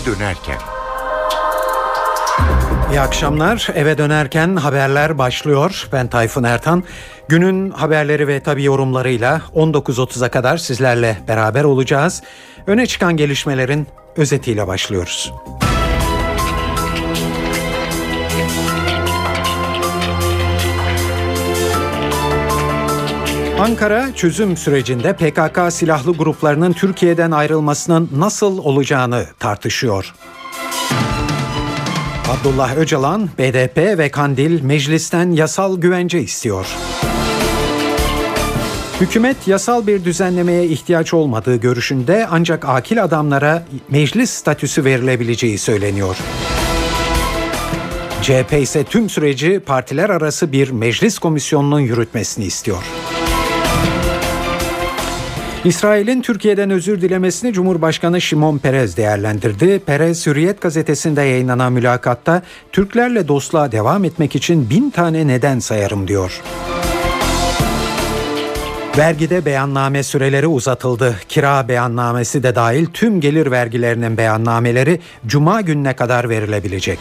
Eve dönerken. İyi akşamlar. Eve dönerken haberler başlıyor. Ben Tayfun Ertan. Günün haberleri ve tabii yorumlarıyla 19.30'a kadar sizlerle beraber olacağız. Öne çıkan gelişmelerin özetiyle başlıyoruz. Ankara çözüm sürecinde PKK silahlı gruplarının Türkiye'den ayrılmasının nasıl olacağını tartışıyor. Abdullah Öcalan, BDP ve Kandil meclisten yasal güvence istiyor. Hükümet yasal bir düzenlemeye ihtiyaç olmadığı görüşünde, ancak akil adamlara meclis statüsü verilebileceği söyleniyor. CHP ise tüm süreci partiler arası bir meclis komisyonunun yürütmesini istiyor. İsrail'in Türkiye'den özür dilemesini Cumhurbaşkanı Şimon Peres değerlendirdi. Peres, Hürriyet gazetesinde yayınlanan mülakatta Türklerle dostluğa devam etmek için 1000 tane neden sayarım diyor. Vergide beyanname süreleri uzatıldı. Kira beyannamesi de dahil tüm gelir vergilerinin beyannameleri Cuma gününe kadar verilebilecek.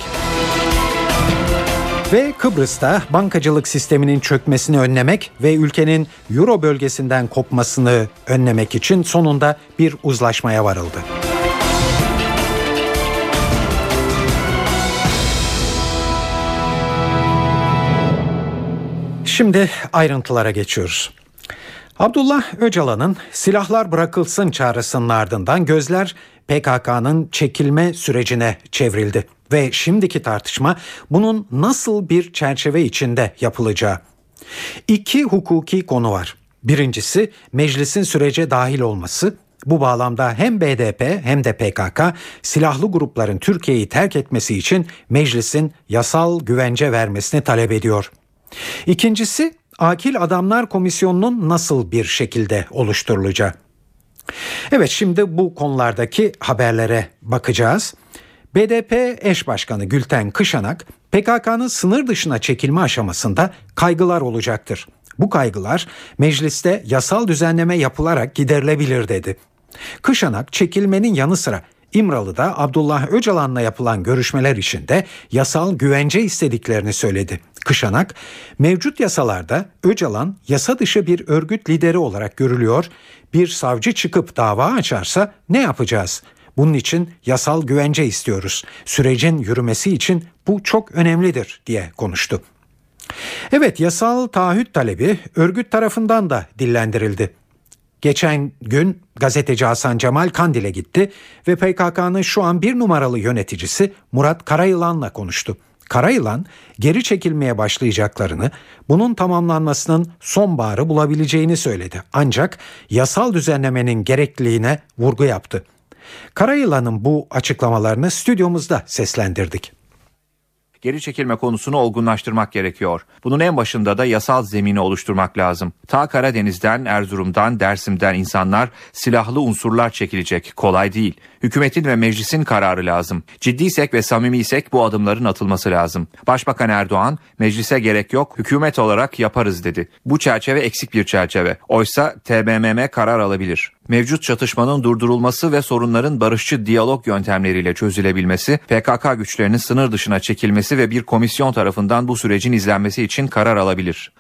Ve Kıbrıs'ta bankacılık sisteminin çökmesini önlemek ve ülkenin Euro bölgesinden kopmasını önlemek için sonunda bir uzlaşmaya varıldı. Şimdi ayrıntılara geçiyoruz. Abdullah Öcalan'ın silahlar bırakılsın çağrısının ardından gözler PKK'nın çekilme sürecine çevrildi. Ve şimdiki tartışma bunun nasıl bir çerçeve içinde yapılacağı. İki hukuki konu var. Birincisi meclisin sürece dahil olması. Bu bağlamda hem BDP hem de PKK silahlı grupların Türkiye'yi terk etmesi için meclisin yasal güvence vermesini talep ediyor. İkincisi, Akil Adamlar Komisyonu'nun nasıl bir şekilde oluşturulacağı. Evet, şimdi bu konulardaki haberlere bakacağız. BDP eş başkanı Gülten Kışanak, PKK'nın sınır dışına çekilme aşamasında kaygılar olacaktır. Bu kaygılar mecliste yasal düzenleme yapılarak giderilebilir dedi. Kışanak, çekilmenin yanı sıra İmralı'da Abdullah Öcalan'la yapılan görüşmeler içinde yasal güvence istediklerini söyledi. Kışanak, mevcut yasalarda Öcalan yasa dışı bir örgüt lideri olarak görülüyor. Bir savcı çıkıp dava açarsa ne yapacağız? Bunun için yasal güvence istiyoruz. Sürecin yürümesi için bu çok önemlidir diye konuştu. Evet, yasal taahhüt talebi örgüt tarafından da dillendirildi. Geçen gün gazeteci Hasan Cemal Kandil'e gitti ve PKK'nın şu an 1 numaralı yöneticisi Murat Karayılan'la konuştu. Karayılan geri çekilmeye başlayacaklarını, bunun tamamlanmasının sonbaharı bulabileceğini söyledi. Ancak yasal düzenlemenin gerekliliğine vurgu yaptı. Karayılan'ın bu açıklamalarını stüdyomuzda seslendirdik. Geri çekilme konusunu olgunlaştırmak gerekiyor. Bunun en başında da yasal zemini oluşturmak lazım. Ta Karadeniz'den, Erzurum'dan, Dersim'den insanlar, silahlı unsurlar çekilecek. Kolay değil. Hükümetin ve meclisin kararı lazım. Ciddiysek ve samimiysek bu adımların atılması lazım. Başbakan Erdoğan, meclise gerek yok, hükümet olarak yaparız dedi. Bu çerçeve eksik bir çerçeve. Oysa TBMM karar alabilir. Mevcut çatışmanın durdurulması ve sorunların barışçı diyalog yöntemleriyle çözülebilmesi, PKK güçlerinin sınır dışına çekilmesi ve bir komisyon tarafından bu sürecin izlenmesi için karar alabilir.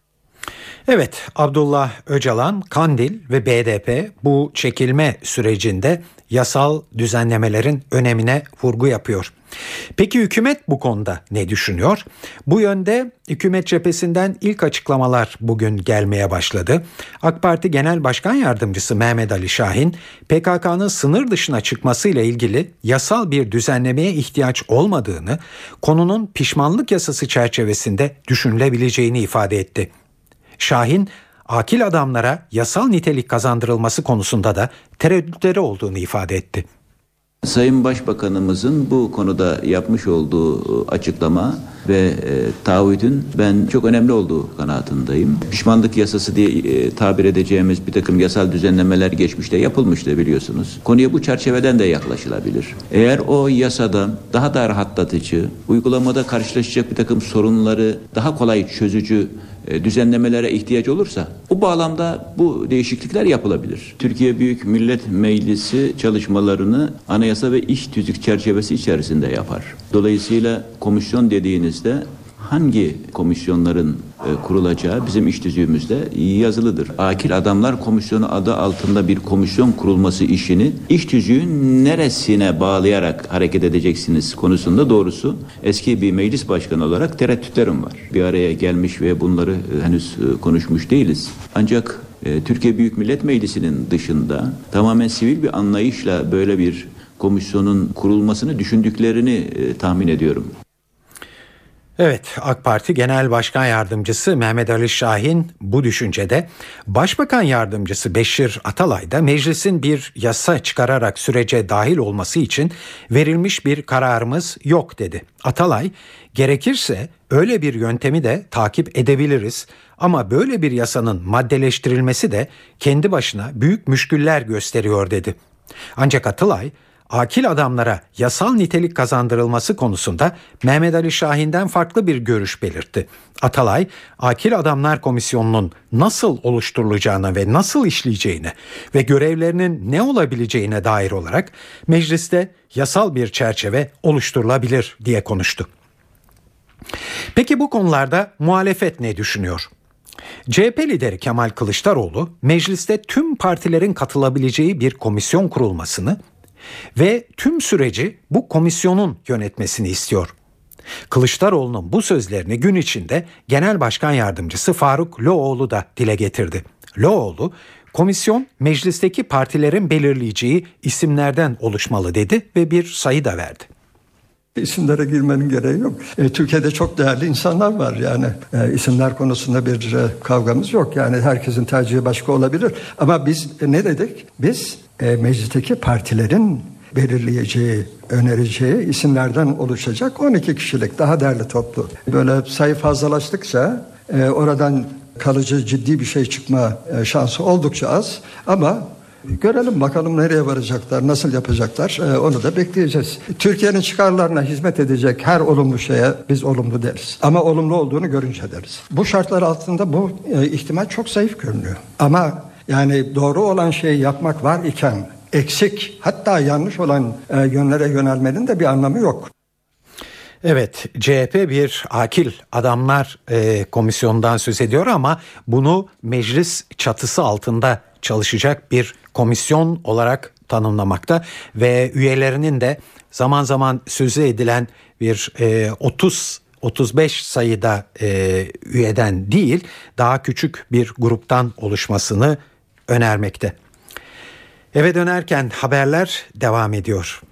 Evet, Abdullah Öcalan, Kandil ve BDP bu çekilme sürecinde yasal düzenlemelerin önemine vurgu yapıyor. Peki hükümet bu konuda ne düşünüyor? Bu yönde hükümet cephesinden ilk açıklamalar bugün gelmeye başladı. AK Parti Genel Başkan Yardımcısı Mehmet Ali Şahin, PKK'nın sınır dışına çıkmasıyla ilgili yasal bir düzenlemeye ihtiyaç olmadığını, konunun pişmanlık yasası çerçevesinde düşünülebileceğini ifade etti. Şahin, akil adamlara yasal nitelik kazandırılması konusunda da tereddütleri olduğunu ifade etti. Sayın Başbakanımızın bu konuda yapmış olduğu açıklama ve taahhüdün ben çok önemli olduğu kanaatindeyim. Pişmanlık yasası diye tabir edeceğimiz bir takım yasal düzenlemeler geçmişte yapılmıştı biliyorsunuz. Konuya bu çerçeveden de yaklaşılabilir. Eğer o yasada daha da rahatlatıcı, uygulamada karşılaşacak bir takım sorunları daha kolay çözücü düzenlemelere ihtiyaç olursa o bağlamda bu değişiklikler yapılabilir. Türkiye Büyük Millet Meclisi çalışmalarını anayasa ve iş tüzük çerçevesi içerisinde yapar. Dolayısıyla komisyon dediğinizde hangi komisyonların kurulacağı bizim iş tüzüğümüzde yazılıdır. Akil Adamlar Komisyonu adı altında bir komisyon kurulması işini iş tüzüğün neresine bağlayarak hareket edeceksiniz konusunda doğrusu eski bir meclis başkanı olarak tereddütlerim var. Bir araya gelmiş ve bunları henüz konuşmuş değiliz. Ancak Türkiye Büyük Millet Meclisi'nin dışında tamamen sivil bir anlayışla böyle bir komisyonun kurulmasını düşündüklerini tahmin ediyorum. Evet, AK Parti Genel Başkan Yardımcısı Mehmet Ali Şahin bu düşüncede. Başbakan Yardımcısı Beşir Atalay da meclisin bir yasa çıkararak sürece dahil olması için verilmiş bir kararımız yok dedi. Atalay, gerekirse öyle bir yöntemi de takip edebiliriz ama böyle bir yasanın maddeleştirilmesi de kendi başına büyük müşküller gösteriyor dedi. Ancak Atalay, akil adamlara yasal nitelik kazandırılması konusunda Mehmet Ali Şahin'den farklı bir görüş belirtti. Atalay, Akil Adamlar Komisyonu'nun nasıl oluşturulacağına ve nasıl işleyeceğine ve görevlerinin ne olabileceğine dair olarak mecliste yasal bir çerçeve oluşturulabilir diye konuştu. Peki bu konularda muhalefet ne düşünüyor? CHP lideri Kemal Kılıçdaroğlu, mecliste tüm partilerin katılabileceği bir komisyon kurulmasını ve tüm süreci bu komisyonun yönetmesini istiyor. Kılıçdaroğlu'nun bu sözlerini gün içinde Genel Başkan Yardımcısı Faruk Loğlu da dile getirdi. Loğlu, komisyon meclisteki partilerin belirleyeceği isimlerden oluşmalı dedi ve bir sayı da verdi. İsimlere girmenin gereği yok. Türkiye'de çok değerli insanlar var yani. İsimler konusunda bir kavgamız yok. Yani herkesin tercihi başka olabilir. Ama biz ne dedik? Biz meclisteki partilerin belirleyeceği, önereceği isimlerden oluşacak 12 kişilik daha değerli toplu. Böyle sayı fazlalaştıkça oradan kalıcı ciddi bir şey çıkma şansı oldukça az. Ama görelim bakalım nereye varacaklar, nasıl yapacaklar onu da bekleyeceğiz. Türkiye'nin çıkarlarına hizmet edecek her olumlu şeye biz olumlu deriz. Ama olumlu olduğunu görünce deriz. Bu şartlar altında bu ihtimal çok zayıf görünüyor. Ama yani doğru olan şeyi yapmak var iken eksik hatta yanlış olan yönlere yönelmenin de bir anlamı yok. Evet, CHP bir akil adamlar komisyonundan söz ediyor ama bunu meclis çatısı altında çalışacak bir komisyon olarak tanımlamakta ve üyelerinin de zaman zaman sözü edilen bir 35 sayıda üyeden değil daha küçük bir gruptan oluşmasını önermekte. Eve dönerken haberler devam ediyor.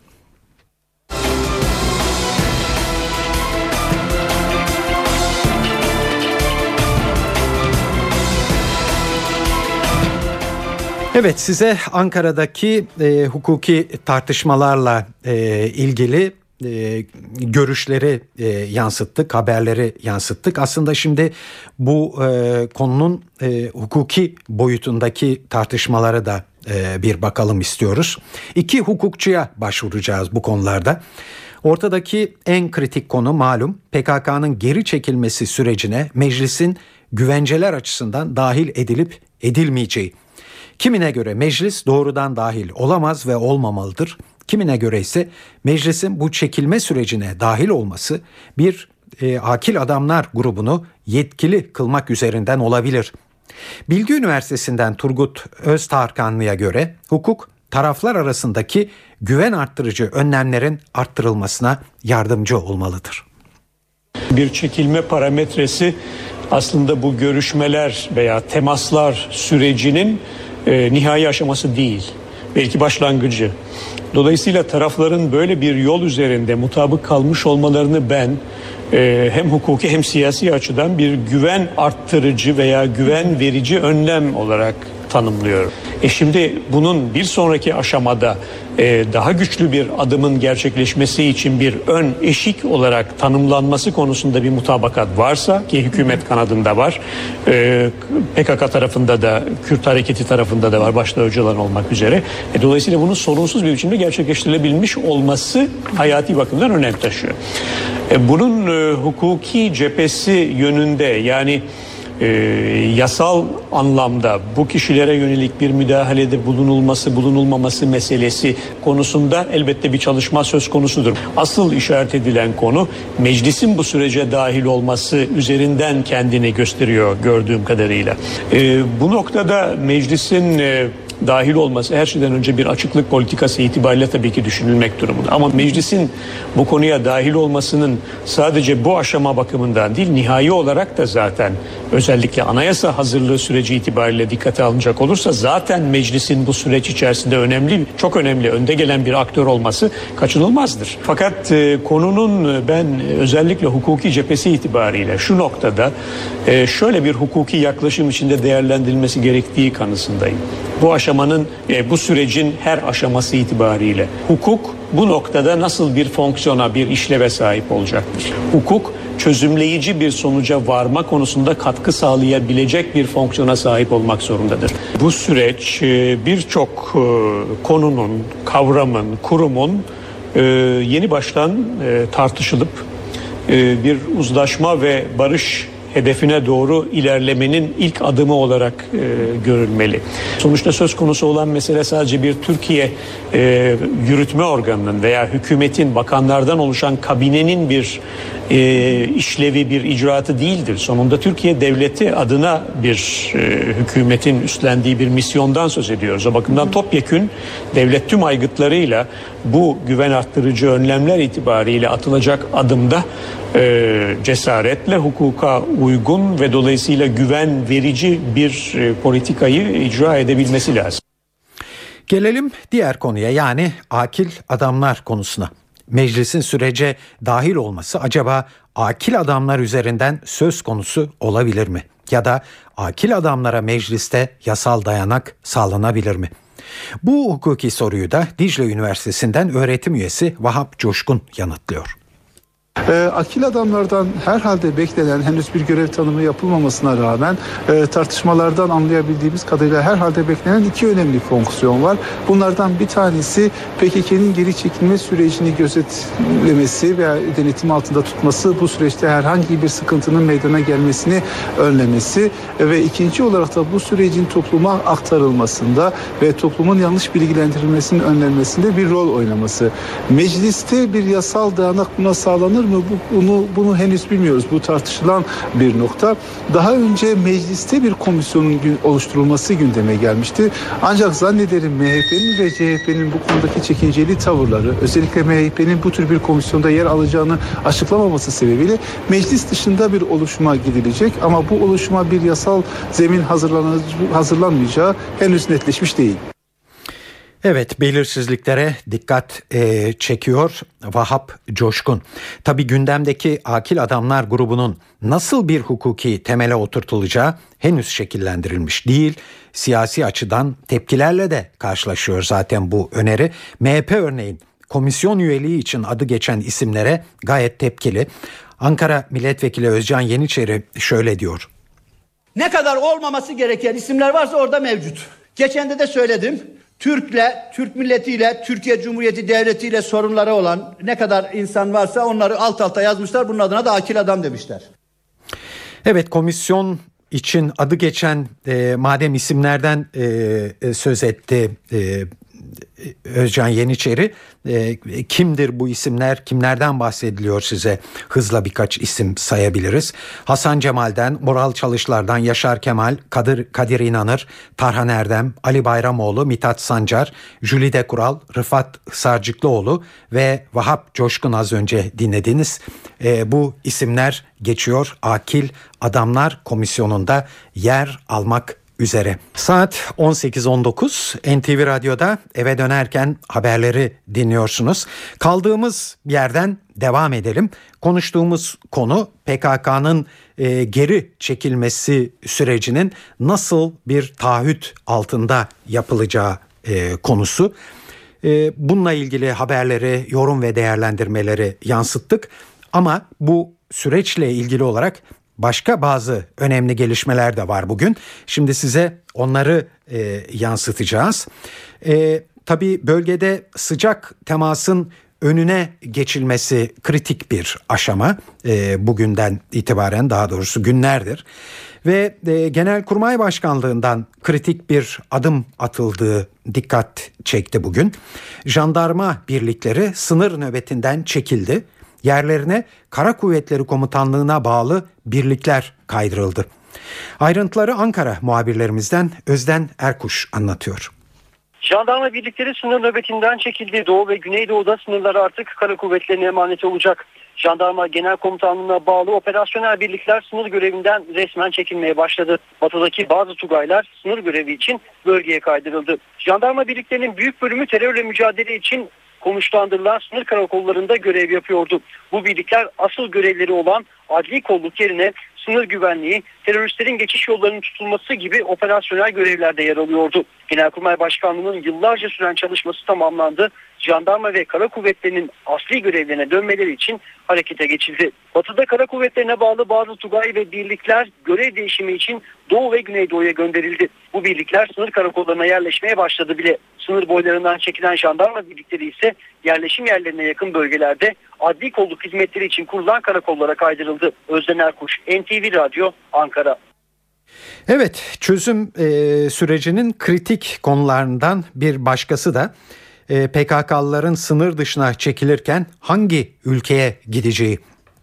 Evet, size Ankara'daki hukuki tartışmalarla ilgili görüşleri yansıttık, haberleri yansıttık. Aslında şimdi bu konunun hukuki boyutundaki tartışmalara da bir bakalım istiyoruz. 2 hukukçuya başvuracağız bu konularda. Ortadaki en kritik konu malum PKK'nın geri çekilmesi sürecine meclisin güvenceler açısından dahil edilip edilmeyeceği. Kimine göre meclis doğrudan dahil olamaz ve olmamalıdır. Kimine göre ise meclisin bu çekilme sürecine dahil olması bir akil adamlar grubunu yetkili kılmak üzerinden olabilir. Bilgi Üniversitesi'nden Turgut Öztarkanlı'ya göre hukuk taraflar arasındaki güven arttırıcı önlemlerin arttırılmasına yardımcı olmalıdır. Bir çekilme parametresi aslında bu görüşmeler veya temaslar sürecinin nihai aşaması değil, belki başlangıcı. Dolayısıyla tarafların böyle bir yol üzerinde mutabık kalmış olmalarını ben hem hukuki hem siyasi açıdan bir güven arttırıcı veya güven verici önlem olarak tanımlıyorum. Şimdi bunun bir sonraki aşamada daha güçlü bir adımın gerçekleşmesi için bir ön eşik olarak tanımlanması konusunda bir mutabakat varsa ki hükümet kanadında var, PKK tarafında da Kürt hareketi tarafında da var başta Öcalan olmak üzere. Dolayısıyla bunun sorunsuz bir biçimde gerçekleştirilebilmiş olması hayati bakımdan önem taşıyor. Bunun hukuki cephesi yönünde yani yasal anlamda bu kişilere yönelik bir müdahalede bulunulmaması meselesi konusunda elbette bir çalışma söz konusudur. Asıl işaret edilen konu meclisin bu sürece dahil olması üzerinden kendini gösteriyor gördüğüm kadarıyla. Bu noktada meclisin dahil olması her şeyden önce bir açıklık politikası itibariyle tabii ki düşünülmek durumunda. Ama meclisin bu konuya dahil olmasının sadece bu aşama bakımından değil, nihai olarak da zaten özellikle anayasa hazırlığı süreci itibariyle dikkate alınacak olursa zaten meclisin bu süreç içerisinde çok önemli, önde gelen bir aktör olması kaçınılmazdır. Fakat konunun ben özellikle hukuki cephesi itibariyle şu noktada şöyle bir hukuki yaklaşım içinde değerlendirilmesi gerektiği kanısındayım. Bu sürecin her aşaması itibariyle hukuk bu noktada nasıl bir fonksiyona, bir işleve sahip olacaktır? Hukuk çözümleyici bir sonuca varma konusunda katkı sağlayabilecek bir fonksiyona sahip olmak zorundadır. Bu süreç birçok konunun, kavramın, kurumun yeni baştan tartışılıp bir uzlaşma ve barış hedefine doğru ilerlemenin ilk adımı olarak görülmeli. Sonuçta söz konusu olan mesele sadece bir Türkiye yürütme organının veya hükümetin, bakanlardan oluşan kabinenin bir işlevi, bir icraatı değildir. Sonunda Türkiye devleti adına bir hükümetin üstlendiği bir misyondan söz ediyoruz. O bakımdan topyekün devlet tüm aygıtlarıyla bu güven arttırıcı önlemler itibariyle atılacak adımda cesaretle, hukuka uygun ve dolayısıyla güven verici bir politikayı icra edebilmesi lazım. Gelelim diğer konuya, yani akil adamlar konusuna. Meclisin sürece dahil olması acaba akil adamlar üzerinden söz konusu olabilir mi? Ya da akil adamlara mecliste yasal dayanak sağlanabilir mi? Bu hukuki soruyu da Dicle Üniversitesi'nden öğretim üyesi Vahap Coşkun yanıtlıyor. Akil adamlardan herhalde beklenen, henüz bir görev tanımı yapılmamasına rağmen tartışmalardan anlayabildiğimiz kadarıyla herhalde beklenen iki önemli fonksiyon var. Bunlardan bir tanesi PKK'nın geri çekilme sürecini gözetlemesi veya denetim altında tutması, bu süreçte herhangi bir sıkıntının meydana gelmesini önlemesi ve ikinci olarak da bu sürecin topluma aktarılmasında ve toplumun yanlış bilgilendirilmesinin önlenmesinde bir rol oynaması. Mecliste bir yasal dayanak buna sağlanır mı? Bunu henüz bilmiyoruz. Bu tartışılan bir nokta. Daha önce mecliste bir komisyonun oluşturulması gündeme gelmişti. Ancak zannederim MHP'nin ve CHP'nin bu konudaki çekinceli tavırları, özellikle MHP'nin bu tür bir komisyonda yer alacağını açıklamaması sebebiyle meclis dışında bir oluşuma gidilecek. Ama bu oluşuma bir yasal zemin hazırlanmayacağı henüz netleşmiş değil. Evet, belirsizliklere dikkat çekiyor Vahap Coşkun. Tabii gündemdeki akil adamlar grubunun nasıl bir hukuki temele oturtulacağı henüz şekillendirilmiş değil. Siyasi açıdan tepkilerle de karşılaşıyor zaten bu öneri. MHP örneğin komisyon üyeliği için adı geçen isimlere gayet tepkili. Ankara Milletvekili Özcan Yeniçeri şöyle diyor. Ne kadar olmaması gereken isimler varsa orada mevcut. Geçen de söyledim. Türk milletiyle, Türkiye Cumhuriyeti Devleti'yle sorunları olan ne kadar insan varsa onları alt alta yazmışlar. Bunun adına da akil adam demişler. Evet, komisyon için adı geçen madem isimlerden söz etti Özcan Yeniçeri, kimdir bu isimler, kimlerden bahsediliyor size? Hızla birkaç isim sayabiliriz. Hasan Cemal'den, Moral Çalışlar'dan Yaşar Kemal, Kadir İnanır, Tarhan Erdem, Ali Bayramoğlu, Mithat Sancar, Jülide Kural, Rıfat Sarcıklıoğlu ve Vahap Coşkun az önce dinlediniz. Bu isimler geçiyor Akil Adamlar Komisyonu'nda yer almak üzere. Saat 18.19 NTV Radyo'da eve dönerken haberleri dinliyorsunuz. Kaldığımız yerden devam edelim. Konuştuğumuz konu PKK'nın geri çekilmesi sürecinin nasıl bir taahhüt altında yapılacağı konusu. Bununla ilgili haberleri, yorum ve değerlendirmeleri yansıttık. Ama bu süreçle ilgili olarak başka bazı önemli gelişmeler de var bugün. Şimdi size onları yansıtacağız. Tabii bölgede sıcak temasın önüne geçilmesi kritik bir aşama. Bugünden itibaren, daha doğrusu günlerdir. Ve Genelkurmay Başkanlığından kritik bir adım atıldığı dikkat çekti bugün. Jandarma birlikleri sınır nöbetinden çekildi. Yerlerine Kara Kuvvetleri Komutanlığı'na bağlı birlikler kaydırıldı. Ayrıntıları Ankara muhabirlerimizden Özden Erkuş anlatıyor. Jandarma birlikleri sınır nöbetinden çekildi. Doğu ve Güneydoğu'da sınırlar artık Kara Kuvvetleri'ne emanet olacak. Jandarma Genel Komutanlığı'na bağlı operasyonel birlikler sınır görevinden resmen çekilmeye başladı. Batıdaki bazı tugaylar sınır görevi için bölgeye kaydırıldı. Jandarma birliklerinin büyük bölümü terörle mücadele için konuşlandırılan sınır karakollarında görev yapıyordu. Bu birlikler asıl görevleri olan adli kolluk yerine sınır güvenliği, teröristlerin geçiş yollarının tutulması gibi operasyonel görevlerde yer alıyordu. Genelkurmay Başkanlığı'nın yıllarca süren çalışması tamamlandı. Jandarma ve Kara Kuvvetleri'nin asli görevlerine dönmeleri için harekete geçildi. Batı'da Kara Kuvvetleri'ne bağlı bazı tugay ve birlikler görev değişimi için Doğu ve Güneydoğu'ya gönderildi. Bu birlikler sınır karakollarına yerleşmeye başladı bile. Sınır boylarından çekilen jandarma birlikleri ise yerleşim yerlerine yakın bölgelerde adli kolluk hizmetleri için kurulan karakollara kaydırıldı. Özden Erkuş, NTV Radyo, Ankara. Evet, çözüm sürecinin kritik konularından bir başkası da PKK'lıların sınır dışına çekilirken hangi ülkeye gideceği.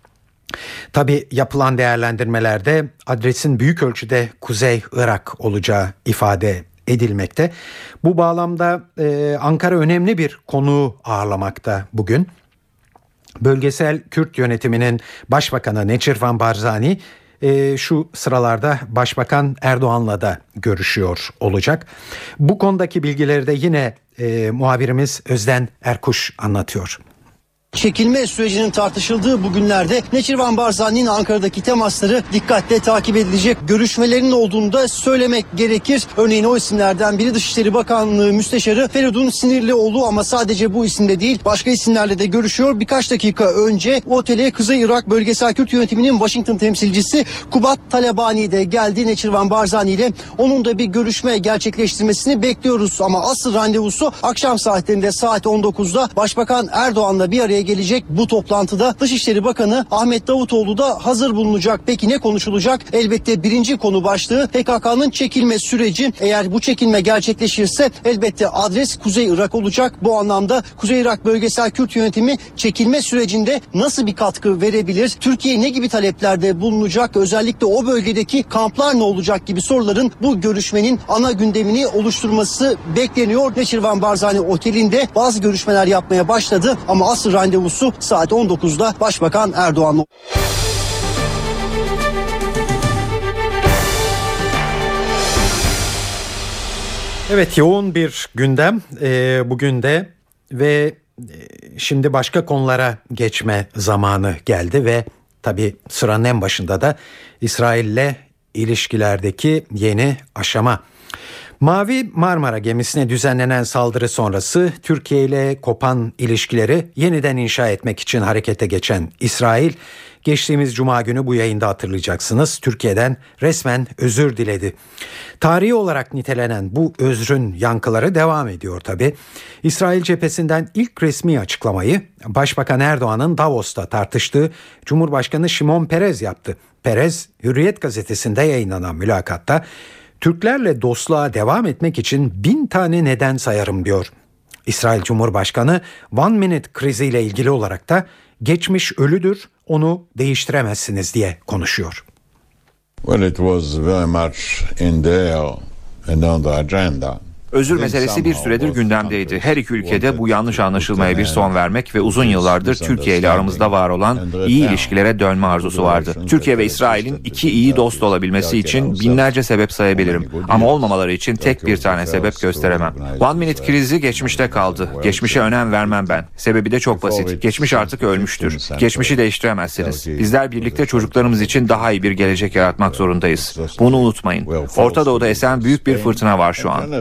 Tabii yapılan değerlendirmelerde adresin büyük ölçüde Kuzey Irak olacağı ifade edilmekte. Bu bağlamda Ankara önemli bir konuğu ağırlamakta bugün. Bölgesel Kürt yönetiminin Başbakanı Neçirvan Barzani şu sıralarda Başbakan Erdoğan'la da görüşüyor olacak. Bu konudaki bilgileri de yine muhabirimiz Özden Erkuş anlatıyor. Çekilme sürecinin tartışıldığı bu günlerde Neçirvan Barzani'nin Ankara'daki temasları dikkatle takip edilecek. Görüşmelerin olduğunu da söylemek gerekir. Örneğin o isimlerden biri Dışişleri Bakanlığı Müsteşarı Feridun Sinirlioğlu, ama sadece bu isimde değil başka isimlerle de görüşüyor. Birkaç dakika önce otele Kuzey Irak Bölgesel Kürt Yönetimi'nin Washington temsilcisi Kubat Talabani de geldi Neçirvan Barzani ile. Onun da bir görüşme gerçekleştirmesini bekliyoruz ama asıl randevusu akşam saatlerinde saat 19'da Başbakan Erdoğan'la bir araya gelecek. Bu toplantıda Dışişleri Bakanı Ahmet Davutoğlu da hazır bulunacak. Peki ne konuşulacak? Elbette birinci konu başlığı PKK'nın çekilme süreci. Eğer bu çekilme gerçekleşirse elbette adres Kuzey Irak olacak. Bu anlamda Kuzey Irak Bölgesel Kürt Yönetimi çekilme sürecinde nasıl bir katkı verebilir? Türkiye ne gibi taleplerde bulunacak? Özellikle o bölgedeki kamplar ne olacak gibi soruların bu görüşmenin ana gündemini oluşturması bekleniyor. Neçirvan Barzani otelinde bazı görüşmeler yapmaya başladı ama asıl randevusu saat 19'da Başbakan Erdoğan'la. Evet, yoğun bir gündem bugün de ve şimdi başka konulara geçme zamanı geldi ve tabii sıranın en başında da İsrail'le ilişkilerdeki yeni aşama. Mavi Marmara gemisine düzenlenen saldırı sonrası Türkiye ile kopan ilişkileri yeniden inşa etmek için harekete geçen İsrail, geçtiğimiz Cuma günü bu yayında hatırlayacaksınız Türkiye'den resmen özür diledi. Tarihi olarak nitelenen bu özrün yankıları devam ediyor tabii. İsrail cephesinden ilk resmi açıklamayı Başbakan Erdoğan'ın Davos'ta tartıştığı Cumhurbaşkanı Şimon Peres yaptı. Peres, Hürriyet gazetesinde yayınlanan mülakatta Türklerle dostluğa devam etmek için 1000 tane neden sayarım diyor. İsrail Cumhurbaşkanı One Minute kriziyle ilgili olarak da geçmiş ölüdür, onu değiştiremezsiniz diye konuşuyor. Well, it was very much in there and on the agenda. Özür meselesi bir süredir gündemdeydi. Her iki ülkede bu yanlış anlaşılmaya bir son vermek ve uzun yıllardır Türkiye ile aramızda var olan iyi ilişkilere dönme arzusu vardı. Türkiye ve İsrail'in iki iyi dost olabilmesi için binlerce sebep sayabilirim. Ama olmamaları için tek bir tane sebep gösteremem. One Minute krizi geçmişte kaldı. Geçmişe önem vermem ben. Sebebi de çok basit. Geçmiş artık ölmüştür. Geçmişi değiştiremezsiniz. Bizler birlikte çocuklarımız için daha iyi bir gelecek yaratmak zorundayız. Bunu unutmayın. Orta Doğu'da esen büyük bir fırtına var şu an. Pek çok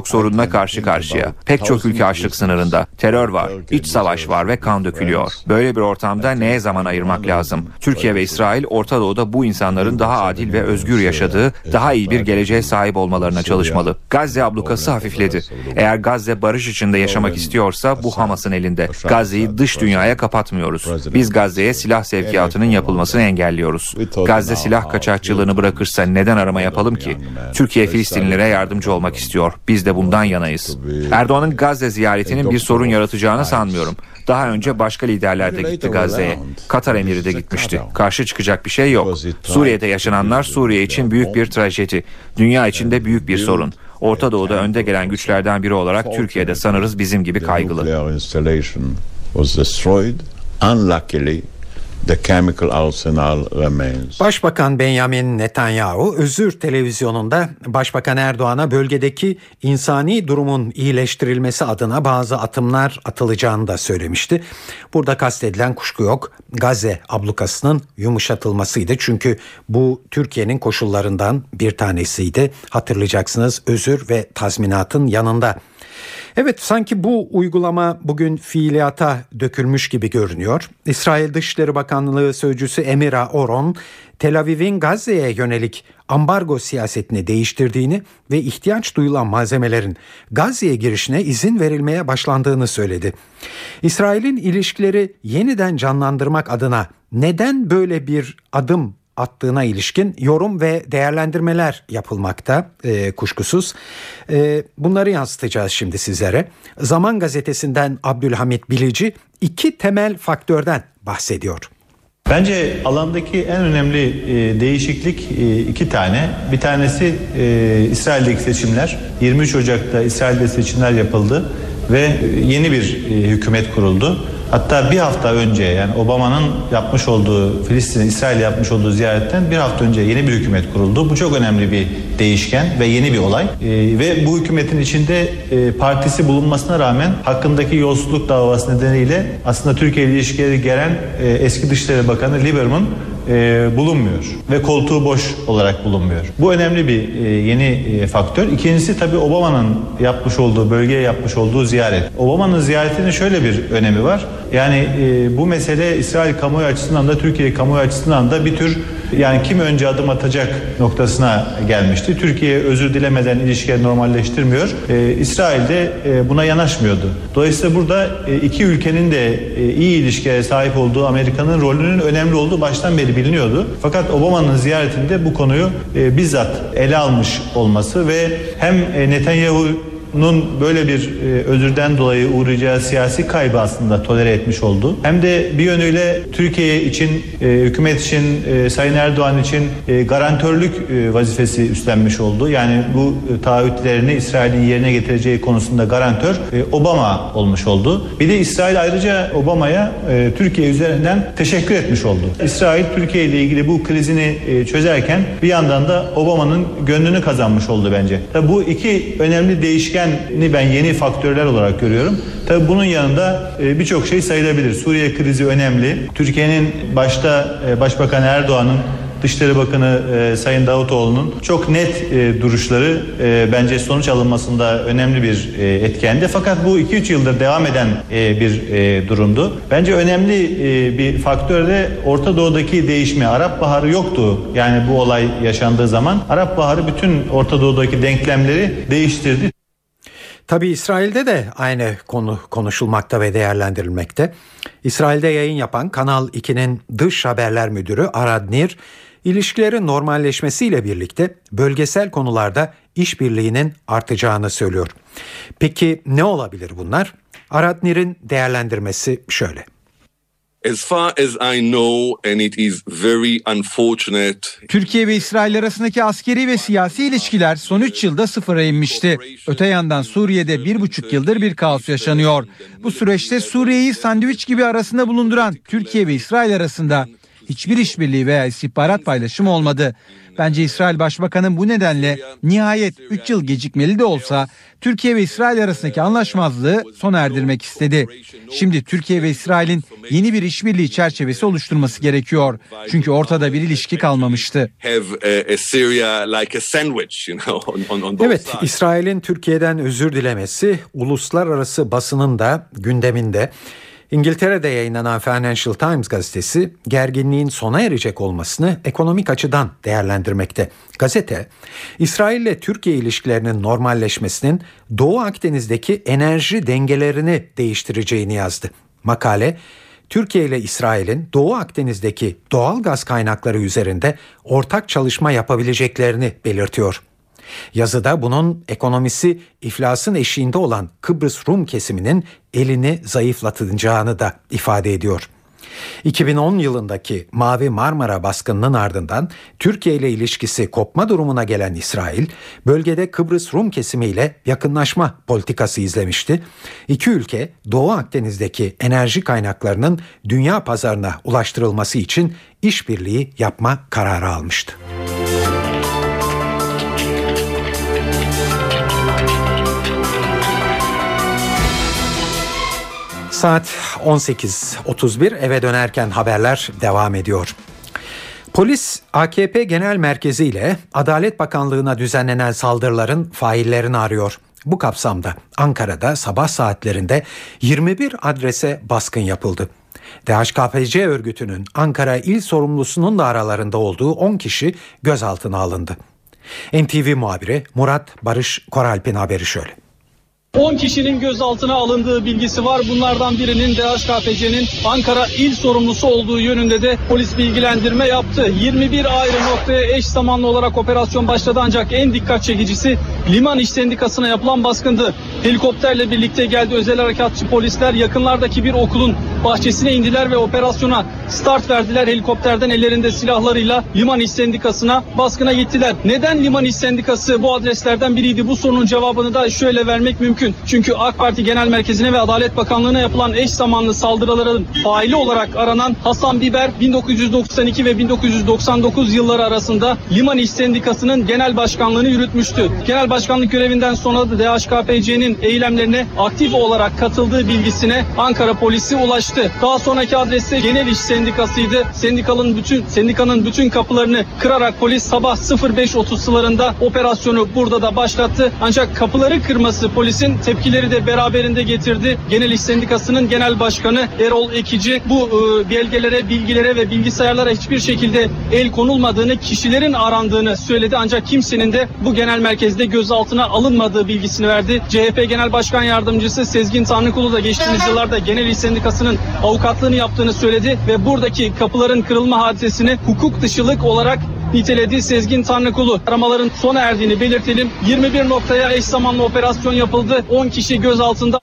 sorununa karşı karşıya. Pek çok ülke açlık sınırında. Terör var, iç savaş var ve kan dökülüyor. Böyle bir ortamda neye zaman ayırmak lazım? Türkiye ve İsrail Orta Doğu'da bu insanların daha adil ve özgür yaşadığı, daha iyi bir geleceğe sahip olmalarına çalışmalı. Gazze ablukası hafifledi. Eğer Gazze barış içinde yaşamak istiyorsa bu Hamas'ın elinde. Gazze'yi dış dünyaya kapatmıyoruz. Biz Gazze'ye silah sevkiyatının yapılmasını engelliyoruz. Gazze silah kaçakçılığını bırakırsa neden arama yapalım ki? Türkiye Filistinlilere yardımcı olmak istiyor. Biz de bundan yanayız. Erdoğan'ın Gazze ziyaretinin bir sorun yaratacağını sanmıyorum. Daha önce başka liderler de gitti Gazze'ye. Katar emiri de gitmişti. Karşı çıkacak bir şey yok. Suriye'de yaşananlar Suriye için büyük bir trajedi. Dünya için de büyük bir sorun. Orta Doğu'da önde gelen güçlerden biri olarak Türkiye'de sanırız bizim gibi kaygılı. The chemical arsenal remains. Başbakan Benjamin Netanyahu Özür televizyonunda Başbakan Erdoğan'a bölgedeki insani durumun iyileştirilmesi adına bazı adımlar atılacağını da söylemişti. Burada kastedilen kuşku yok. Gazze ablukasının yumuşatılmasıydı. Çünkü bu Türkiye'nin koşullarından bir tanesiydi. Hatırlayacaksınız, özür ve tazminatın yanında. Evet, sanki bu uygulama bugün fiiliyata dökülmüş gibi görünüyor. İsrail Dışişleri Bakanlığı Sözcüsü Emira Oron, Tel Aviv'in Gazze'ye yönelik ambargo siyasetini değiştirdiğini ve ihtiyaç duyulan malzemelerin Gazze'ye girişine izin verilmeye başlandığını söyledi. İsrail'in ilişkileri yeniden canlandırmak adına neden böyle bir adım attığına ilişkin yorum ve değerlendirmeler yapılmakta kuşkusuz. Bunları yansıtacağız şimdi sizlere. Zaman Gazetesi'nden Abdülhamit Bilici 2 temel faktörden bahsediyor. Bence alandaki en önemli değişiklik 2 tane. Bir tanesi İsrail'deki seçimler. 23 Ocak'ta İsrail'de seçimler yapıldı ve yeni bir hükümet kuruldu. Hatta bir hafta önce, yani Obama'nın yapmış olduğu, Filistin'e, İsrail'e yapmış olduğu ziyaretten bir hafta önce yeni bir hükümet kuruldu. Bu çok önemli bir değişken ve yeni bir olay. Ve bu hükümetin içinde partisi bulunmasına rağmen hakkındaki yolsuzluk davası nedeniyle aslında Türkiye ile ilişkileri gelen eski Dışişleri Bakanı Lieberman bulunmuyor ve koltuğu boş olarak bulunmuyor. Bu önemli bir yeni faktör. İkincisi tabii Obama'nın yapmış olduğu, bölgeye yapmış olduğu ziyaret. Obama'nın ziyaretinin şöyle bir önemi var. Yani bu mesele İsrail kamuoyu açısından da Türkiye kamuoyu açısından da bir tür, yani kim önce adım atacak noktasına gelmişti. Türkiye özür dilemeden ilişkileri normalleştirmiyor. İsrail de buna yanaşmıyordu. Dolayısıyla burada iki ülkenin de iyi ilişkilere sahip olduğu, Amerika'nın rolünün önemli olduğu baştan beri biliniyordu. Fakat Obama'nın ziyaretinde bu konuyu bizzat ele almış olması ve hem Netanyahu'nun böyle bir özürden dolayı uğrayacağı siyasi kaybı aslında tolere etmiş oldu. Hem de bir yönüyle Türkiye için, hükümet için, Sayın Erdoğan için garantörlük vazifesi üstlenmiş oldu. Yani bu taahhütlerini İsrail'in yerine getireceği konusunda garantör Obama olmuş oldu. Bir de İsrail ayrıca Obama'ya Türkiye üzerinden teşekkür etmiş oldu. İsrail Türkiye ile ilgili bu krizini çözerken bir yandan da Obama'nın gönlünü kazanmış oldu bence. Tabii bu iki önemli değişkeni ben yeni faktörler olarak görüyorum. Tabii bunun yanında birçok şey sayılabilir. Suriye krizi önemli. Türkiye'nin başta Başbakan Erdoğan'ın, Dışişleri Bakanı Sayın Davutoğlu'nun çok net duruşları bence sonuç alınmasında önemli bir etkendi. Fakat bu 2-3 yıldır devam eden bir durumdu. Bence önemli bir faktör de Orta Doğu'daki değişme. Arap Baharı yoktu. Yani bu olay yaşandığı zaman Arap Baharı bütün Orta Doğu'daki denklemleri değiştirdi. Tabii İsrail'de de aynı konu konuşulmakta ve değerlendirilmekte. İsrail'de yayın yapan Kanal 2'nin dış haberler müdürü Arad Nir, ilişkilerin normalleşmesiyle birlikte bölgesel konularda işbirliğinin artacağını söylüyor. Peki ne olabilir bunlar? Arad Nir'in değerlendirmesi şöyle. As far as I know, and it is very unfortunate. Türkiye ve İsrail arasındaki askeri ve siyasi ilişkiler son 3 yılda sıfıra inmişti. Öte yandan Suriye'de 1,5 yıldır bir kaos yaşanıyor. Bu süreçte Suriye'yi sandviç gibi arasında bulunduran Türkiye ve İsrail arasında hiçbir işbirliği veya istihbarat paylaşımı olmadı. Bence İsrail Başbakanı bu nedenle nihayet 3 yıl gecikmeli de olsa Türkiye ve İsrail arasındaki anlaşmazlığı sona erdirmek istedi. Şimdi Türkiye ve İsrail'in yeni bir işbirliği çerçevesi oluşturması gerekiyor. Çünkü ortada bir ilişki kalmamıştı. Evet, İsrail'in Türkiye'den özür dilemesi uluslararası basının da gündeminde. İngiltere'de yayınlanan Financial Times gazetesi gerginliğin sona erecek olmasını ekonomik açıdan değerlendirmekte. Gazete, İsrail ile Türkiye ilişkilerinin normalleşmesinin Doğu Akdeniz'deki enerji dengelerini değiştireceğini yazdı. Makale, Türkiye ile İsrail'in Doğu Akdeniz'deki doğal gaz kaynakları üzerinde ortak çalışma yapabileceklerini belirtiyor. Yazıda bunun ekonomisi iflasın eşiğinde olan Kıbrıs Rum kesiminin elini zayıflatacağını da ifade ediyor. 2010 yılındaki Mavi Marmara baskınının ardından Türkiye ile ilişkisi kopma durumuna gelen İsrail, bölgede Kıbrıs Rum kesimiyle yakınlaşma politikası izlemişti. İki ülke Doğu Akdeniz'deki enerji kaynaklarının dünya pazarına ulaştırılması için işbirliği yapma kararı almıştı. Saat 18.31, eve dönerken haberler devam ediyor. Polis AKP Genel Merkezi ile Adalet Bakanlığı'na düzenlenen saldırıların faillerini arıyor. Bu kapsamda Ankara'da sabah saatlerinde 21 adrese baskın yapıldı. DHKPC örgütünün Ankara İl Sorumlusu'nun da aralarında olduğu 10 kişi gözaltına alındı. NTV muhabiri Murat Barış Koralp'in haberi şöyle. 10 kişinin gözaltına alındığı bilgisi var. Bunlardan birinin DHKPC'nin Ankara İl Sorumlusu olduğu yönünde de polis bilgilendirme yaptı. 21 ayrı noktaya eş zamanlı olarak operasyon başladı, ancak en dikkat çekicisi Liman İş Sendikası'na yapılan baskındı. Helikopterle birlikte geldi özel harekatçı polisler, yakınlardaki bir okulun bahçesine indiler ve operasyona start verdiler. Helikopterden ellerinde silahlarıyla Liman İş Sendikası'na baskına gittiler. Neden Liman İş Sendikası bu adreslerden biriydi? Bu sorunun cevabını da şöyle vermek mümkün. Çünkü AK Parti Genel Merkezi'ne ve Adalet Bakanlığı'na yapılan eş zamanlı saldırıların faili olarak aranan Hasan Biber 1992 ve 1999 yılları arasında Liman İş Sendikası'nın genel başkanlığını yürütmüştü. Genel başkanlık görevinden sonra da DHKPC'nin eylemlerine aktif olarak katıldığı bilgisine Ankara polisi ulaştı. Daha sonraki adresi Genel İş Sendikası'ydı. Sendikanın bütün kapılarını kırarak polis sabah 05.30 sıralarında operasyonu burada da başlattı. Ancak kapıları kırması polisin tepkileri de beraberinde getirdi. Genel İş Sendikası'nın Genel Başkanı Erol Ekici bu belgelere, bilgilere ve bilgisayarlara hiçbir şekilde el konulmadığını, kişilerin arandığını söyledi. Ancak kimsenin de bu genel merkezde gözaltına alınmadığı bilgisini verdi. CHP Genel Başkan Yardımcısı Sezgin Tanrıkulu da geçtiğimiz yıllarda Genel İş Sendikası'nın avukatlığını yaptığını söyledi ve buradaki kapıların kırılma hadisesini hukuk dışılık olarak niteledi. Sezgin Tanrıkulu, aramaların sona erdiğini belirtelim. 21 noktaya eş zamanlı operasyon yapıldı. 10 kişi gözaltında.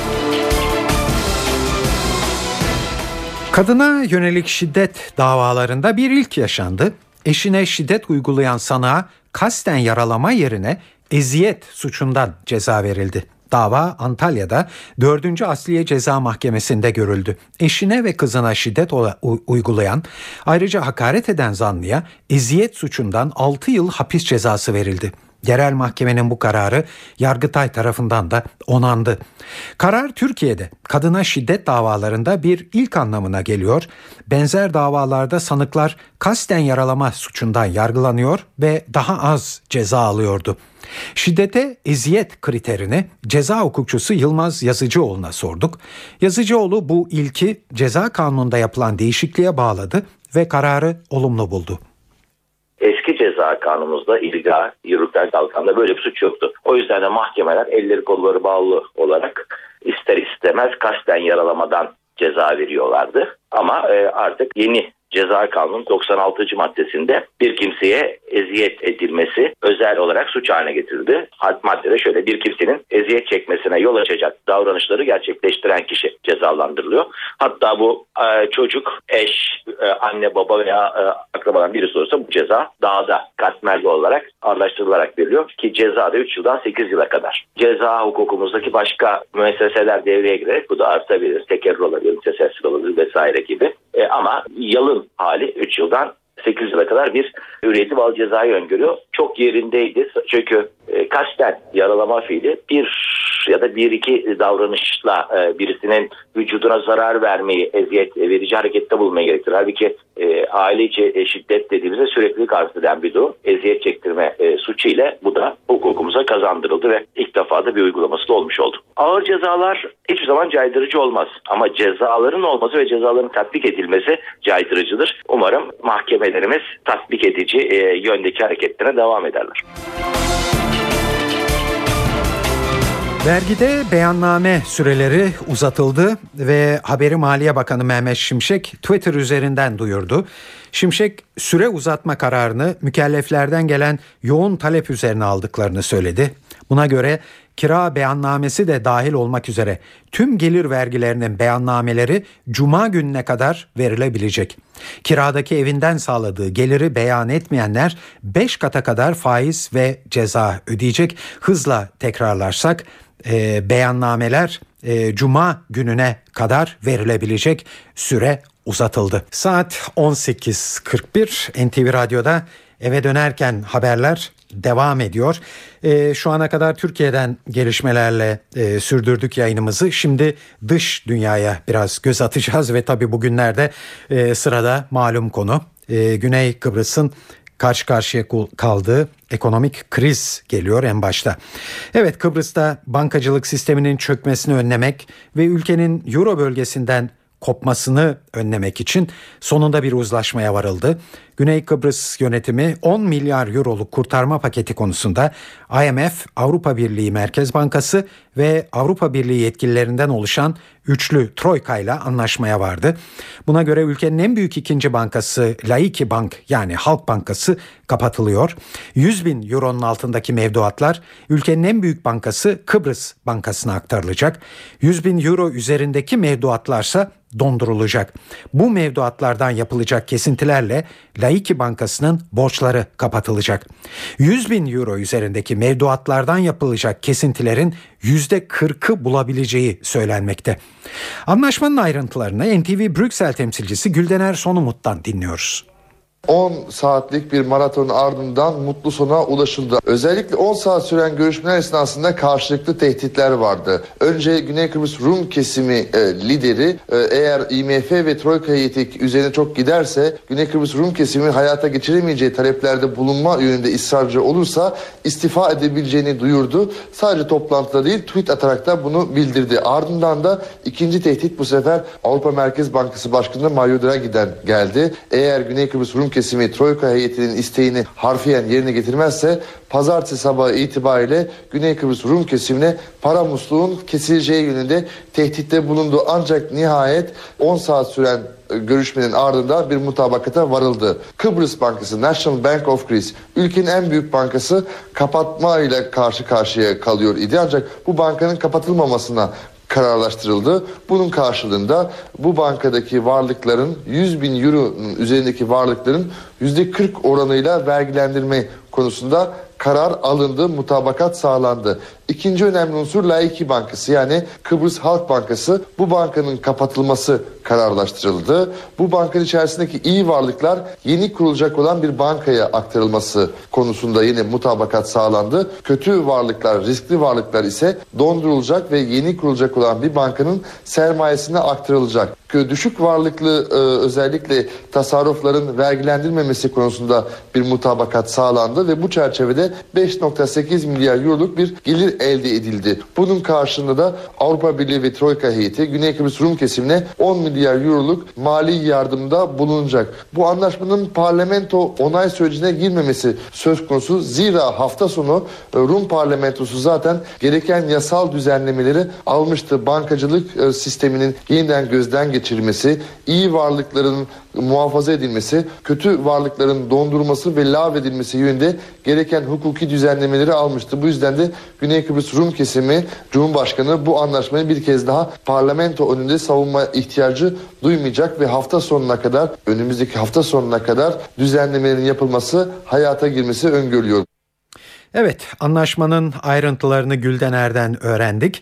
Kadına yönelik şiddet davalarında bir ilk yaşandı. Eşine şiddet uygulayan sanığa kasten yaralama yerine eziyet suçundan ceza verildi. Dava Antalya'da 4. Asliye Ceza Mahkemesi'nde görüldü. Eşine ve kızına şiddet uygulayan, ayrıca hakaret eden zanlıya eziyet suçundan 6 yıl hapis cezası verildi. Yerel mahkemenin bu kararı Yargıtay tarafından da onandı. Karar Türkiye'de kadına şiddet davalarında bir ilk anlamına geliyor. Benzer davalarda sanıklar kasten yaralama suçundan yargılanıyor ve daha az ceza alıyordu. Şiddete eziyet kriterini ceza hukukçusu Yılmaz Yazıcıoğlu'na sorduk. Yazıcıoğlu bu ilki ceza kanununda yapılan değişikliğe bağladı ve kararı olumlu buldu. Eski ceza kanunumuzda ilga, yürürlükten kalkanda böyle bir suç yoktu. O yüzden de mahkemeler elleri kolları bağlı olarak ister istemez kasten yaralamadan ceza veriyorlardı. Ama artık yeni Ceza Kanunu 96. maddesinde bir kimseye eziyet edilmesi özel olarak suç haline getirildi. Maddede şöyle: bir kimsenin eziyet çekmesine yol açacak davranışları gerçekleştiren kişi cezalandırılıyor. Hatta bu çocuk, eş, anne, baba veya akrabadan birisi olursa bu ceza daha da katmerli olarak ağırlaştırılarak veriliyor ki ceza da 3 yıldan 8 yıla kadar. Ceza hukukumuzdaki başka müesseseler devreye girerek bu da artabilir. Tekerrür olabilir, müteselsil olabilir vesaire gibi. Ama yalın hali 3 yıldan 8 yıla kadar bir üretim al cezayı öngörüyor. Çok yerindeydi. Çünkü kasten yaralama fiili bir ya da bir iki davranışla birisinin vücuduna zarar vermeyi, eziyet verici harekette bulunmayı gerektirir. Halbuki aile içi şiddet dediğimizde sürekli arz eden bir durum. Eziyet çektirme suçu ile bu da hukukumuza kazandırıldı ve ilk defa da bir uygulaması da olmuş oldu. Ağır cezalar hiçbir zaman caydırıcı olmaz. Ama cezaların olması ve cezaların tatbik edilmesi caydırıcıdır. Umarım mahkemelerimiz tatbik edici yöndeki hareketlerine devam ederler. Vergide beyanname süreleri uzatıldı ve haberi Maliye Bakanı Mehmet Şimşek Twitter üzerinden duyurdu. Şimşek süre uzatma kararını mükelleflerden gelen yoğun talep üzerine aldıklarını söyledi. Buna göre kira beyannamesi de dahil olmak üzere tüm gelir vergilerinin beyannameleri Cuma gününe kadar verilebilecek. Kiradaki evinden sağladığı geliri beyan etmeyenler 5 kata kadar faiz ve ceza ödeyecek. Hızla tekrarlarsak beyannameler Cuma gününe kadar verilebilecek, süre uzatıldı. Saat 18.41 NTV Radyo'da eve dönerken haberler devam ediyor. Şu ana kadar Türkiye'den gelişmelerle sürdürdük yayınımızı. Şimdi dış dünyaya biraz göz atacağız ve tabii bugünlerde sırada malum konu Güney Kıbrıs'ın karşı karşıya kaldığı ekonomik kriz geliyor en başta. Evet, Kıbrıs'ta bankacılık sisteminin çökmesini önlemek ve ülkenin Euro bölgesinden kopmasını önlemek için sonunda bir uzlaşmaya varıldı. Güney Kıbrıs yönetimi 10 milyar euroluk kurtarma paketi konusunda IMF, Avrupa Birliği Merkez Bankası ve Avrupa Birliği yetkililerinden oluşan üçlü troika ile anlaşmaya vardı. Buna göre ülkenin en büyük ikinci bankası Laiki Bank yani Halk Bankası kapatılıyor. 100 bin euronun altındaki mevduatlar ülkenin en büyük bankası Kıbrıs Bankası'na aktarılacak. 100 bin euro üzerindeki mevduatlarsa dondurulacak. Bu mevduatlardan yapılacak kesintilerle Laiki Bankası'nın borçları kapatılacak. 100 bin euro üzerindeki mevduatlardan yapılacak kesintilerin %40'ı bulabileceği söylenmekte. Anlaşmanın ayrıntılarını NTV Brüksel temsilcisi Güldener Sonumut'tan dinliyoruz. 10 saatlik bir maratonun ardından mutlu sona ulaşıldı. Özellikle 10 saat süren görüşmeler esnasında karşılıklı tehditler vardı. Önce Güney Kıbrıs Rum kesimi lideri eğer IMF ve Troika heyeti üzerine çok giderse Güney Kıbrıs Rum kesiminin hayata geçiremeyeceği taleplerde bulunma yönünde ısrarcı olursa istifa edebileceğini duyurdu. Sadece toplantıda değil tweet atarak da bunu bildirdi. Ardından da ikinci tehdit bu sefer Avrupa Merkez Bankası Başkanı Mario Draghi'den geldi. Eğer Güney Kıbrıs Rum kesimi Troika heyetinin isteğini harfiyen yerine getirmezse pazartesi sabahı itibariyle Güney Kıbrıs Rum kesimine para musluğun kesileceği yönünde tehditte bulundu. Ancak nihayet 10 saat süren görüşmenin ardından bir mutabakata varıldı. Kıbrıs Bankası, National Bank of Greece, ülkenin en büyük bankası kapatmayla karşı karşıya kalıyor idi. Ancak bu bankanın kapatılmamasına kararlaştırıldı. Bunun karşılığında bu bankadaki varlıkların 100 bin euronun üzerindeki varlıkların %40 oranıyla vergilendirme konusunda karar alındı, mutabakat sağlandı. İkinci önemli unsur Laiki Bankası yani Kıbrıs Halk Bankası. Bu bankanın kapatılması kararlaştırıldı. Bu bankanın içerisindeki iyi varlıklar yeni kurulacak olan bir bankaya aktarılması konusunda yine mutabakat sağlandı. Kötü varlıklar, riskli varlıklar ise dondurulacak ve yeni kurulacak olan bir bankanın sermayesine aktarılacak. Düşük varlıklı özellikle tasarrufların vergilendirmemesi konusunda bir mutabakat sağlandı ve bu çerçevede 5.8 milyar euroluk bir gelir elde edildi. Bunun karşılığında da Avrupa Birliği ve Troika heyeti Güney Kıbrıs Rum kesimine 10 milyar euroluk mali yardımda bulunacak. Bu anlaşmanın parlamento onay sürecine girmemesi söz konusu. Zira hafta sonu Rum parlamentosu zaten gereken yasal düzenlemeleri almıştı. Bankacılık sisteminin yeniden gözden geçirilmesi, iyi varlıkların muhafaza edilmesi, kötü varlıkların dondurulması ve lağvedilmesi yönünde gereken hukuki düzenlemeleri almıştı. Bu yüzden de Güney Kıbrıs Rum kesimi Cumhurbaşkanı bu anlaşmayı bir kez daha parlamento önünde savunma ihtiyacı duymayacak ve önümüzdeki hafta sonuna kadar düzenlemelerin yapılması, hayata girmesi öngörülüyor. Evet, anlaşmanın ayrıntılarını Güldener'den öğrendik.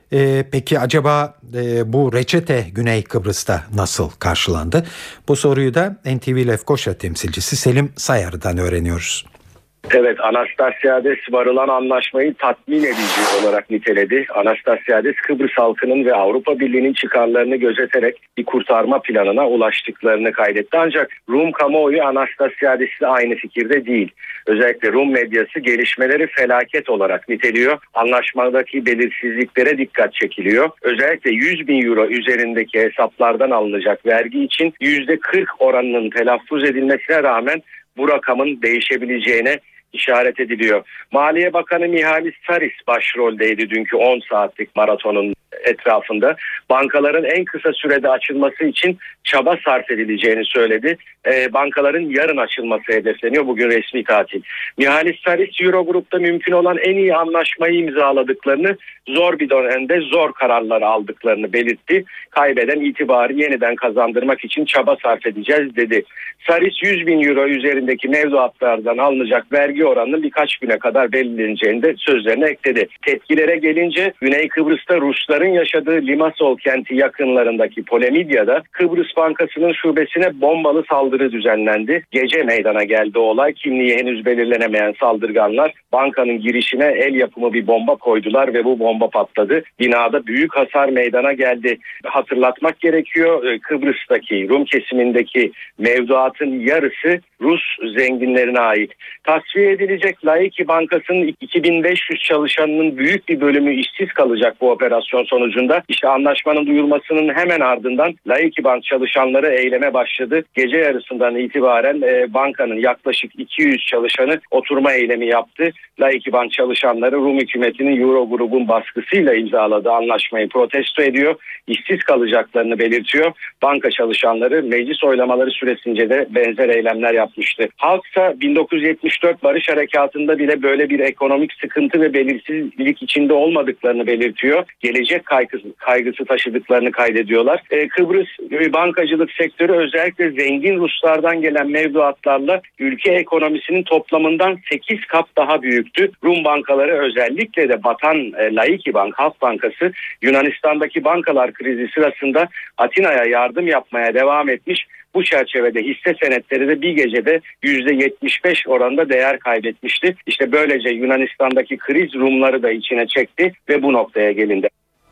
Peki acaba bu reçete Güney Kıbrıs'ta nasıl karşılandı? Bu soruyu da NTV Lefkoşa temsilcisi Selim Sayar'dan öğreniyoruz. Evet, Anastasiades varılan anlaşmayı tatmin edici olarak niteledi. Anastasiades, Kıbrıs halkının ve Avrupa Birliği'nin çıkarlarını gözeterek bir kurtarma planına ulaştıklarını kaydetti. Ancak Rum kamuoyu Anastasiades'le aynı fikirde değil. Özellikle Rum medyası gelişmeleri felaket olarak niteliyor. Anlaşmadaki belirsizliklere dikkat çekiliyor. Özellikle 100 bin euro üzerindeki hesaplardan alınacak vergi için %40 oranının telaffuz edilmesine rağmen bu rakamın değişebileceğine işaret ediliyor. Maliye Bakanı Mihalis Tsaris başroldeydi dünkü 10 saatlik maratonun etrafında. Bankaların en kısa sürede açılması için çaba sarf edileceğini söyledi. Bankaların yarın açılması hedefleniyor. Bugün resmi tatil. Mihalis Tsaris, Eurogrup'ta mümkün olan en iyi anlaşmayı imzaladıklarını, zor bir dönemde zor kararlar aldıklarını belirtti. Kaybeden itibarı yeniden kazandırmak için çaba sarf edeceğiz dedi. Tsaris, 100 bin euro üzerindeki mevduatlardan alınacak vergi oranının birkaç güne kadar belirleneceğini de sözlerine ekledi. Tepkilere gelince Güney Kıbrıs'ta Rusların yaşadığı Limassol kenti yakınlarındaki Polemidya'da Kıbrıs Bankası'nın şubesine bombalı saldırı düzenlendi. Gece meydana geldi olay. Kimliği henüz belirlenemeyen saldırganlar bankanın girişine el yapımı bir bomba koydular ve bu bomba patladı. Binada büyük hasar meydana geldi. Hatırlatmak gerekiyor, Kıbrıs'taki Rum kesimindeki mevduatın yarısı Rus zenginlerine ait. Tasfiye edilecek Laiki Bankası'nın 2500 çalışanının büyük bir bölümü işsiz kalacak bu operasyon sonucunda. İşte anlaşmanın duyulmasının hemen ardından Laiki Bank çalışanları eyleme başladı. Gece yarısından itibaren bankanın yaklaşık 200 çalışanı oturma eylemi yaptı. Laiki Bank çalışanları Rum hükümetinin Eurogrup'un baskısıyla imzaladığı anlaşmayı protesto ediyor. İşsiz kalacaklarını belirtiyor. Banka çalışanları meclis oylamaları süresince de benzer eylemler yapmıştı. Halksa 1974 Barış Harekatı'nda bile böyle bir ekonomik sıkıntı ve belirsizlik içinde olmadıklarını belirtiyor. Gelecek kaygısı taşıdıklarını kaydediyorlar. Kıbrıs bankacılık sektörü özellikle zengin Ruslardan gelen mevduatlarla ülke ekonomisinin toplamından 8 kat daha büyüktü. Rum bankaları, özellikle de batan Laiki Bank, Halk Bankası, Yunanistan'daki bankalar krizi sırasında Atina'ya yardım yapmaya devam etmiş. Bu çerçevede hisse senetleri de bir gecede %75 oranında değer kaybetmişti. İşte böylece Yunanistan'daki kriz Rumları da içine çekti ve bu noktaya gelindi.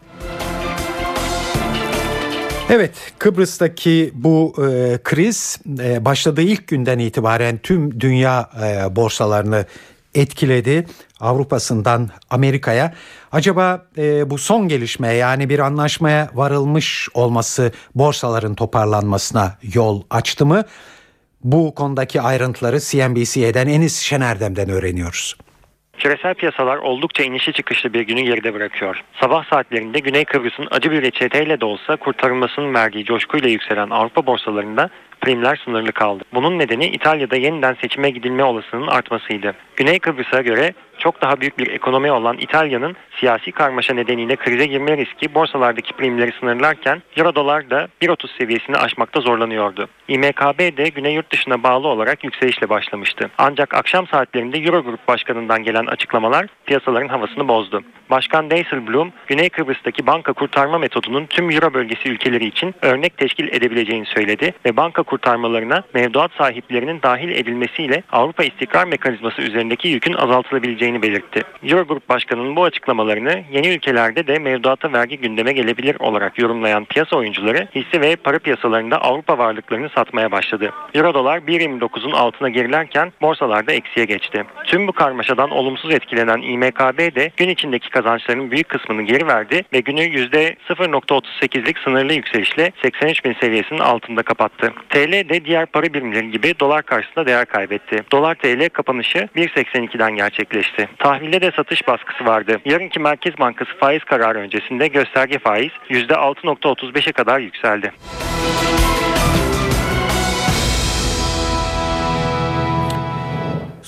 Evet, Kıbrıs'taki bu kriz başladığı ilk günden itibaren tüm dünya borsalarını etkiledi. Avrupa'sından Amerika'ya. Acaba bu son gelişme, yani bir anlaşmaya varılmış olması borsaların toparlanmasına yol açtı mı? Bu konudaki ayrıntıları CNBC'den Enis Şenerdem'den öğreniyoruz. Küresel piyasalar oldukça inişli çıkışlı bir günü geride bırakıyor. Sabah saatlerinde Güney Kıbrıs'ın acı bir reçeteyle de olsa kurtarılmasının verdiği coşkuyla yükselen Avrupa borsalarında primler sınırlı kaldı. Bunun nedeni İtalya'da yeniden seçime gidilme olasılığının artmasıydı. Güney Kıbrıs'a göre çok daha büyük bir ekonomi olan İtalya'nın siyasi karmaşa nedeniyle krize girme riski borsalardaki primleri sınırlarken Euro-Dolar da 1.30 seviyesini aşmakta zorlanıyordu. İMKB de Güney yurt dışına bağlı olarak yükselişle başlamıştı. Ancak akşam saatlerinde Eurogrup Başkanı'ndan gelen açıklamalar piyasaların havasını bozdu. Başkan Dijsselbloem, Güney Kıbrıs'taki banka kurtarma metodunun tüm Euro bölgesi ülkeleri için örnek teşkil edebileceğini söyledi ve banka kurtarmalarına mevduat sahiplerinin dahil edilmesiyle Avrupa İstikrar Mekanizması üzerindeki yükün azaltılabileceğini belirtti. Eurogrup Başkanı'nın bu açıklamalarını yeni ülkelerde de mevduata vergi gündeme gelebilir olarak yorumlayan piyasa oyuncuları hisse ve para piyasalarında Avrupa varlıklarını satmaya başladı. Euro-Dolar 1.29'un altına gerilerken borsalarda eksiye geçti. Tüm bu karmaşadan olumsuz etkilenen İMKB de gün içindeki kazançlarının büyük kısmını geri verdi ve günü %0.38'lik sınırlı yükselişle 83.000 seviyesinin altında kapattı. TL de diğer para birimleri gibi dolar karşısında değer kaybetti. Dolar TL kapanışı 1.82'den gerçekleşti. Tahvilde de satış baskısı vardı. Yarınki Merkez Bankası faiz kararı öncesinde gösterge faiz %6.35'e kadar yükseldi.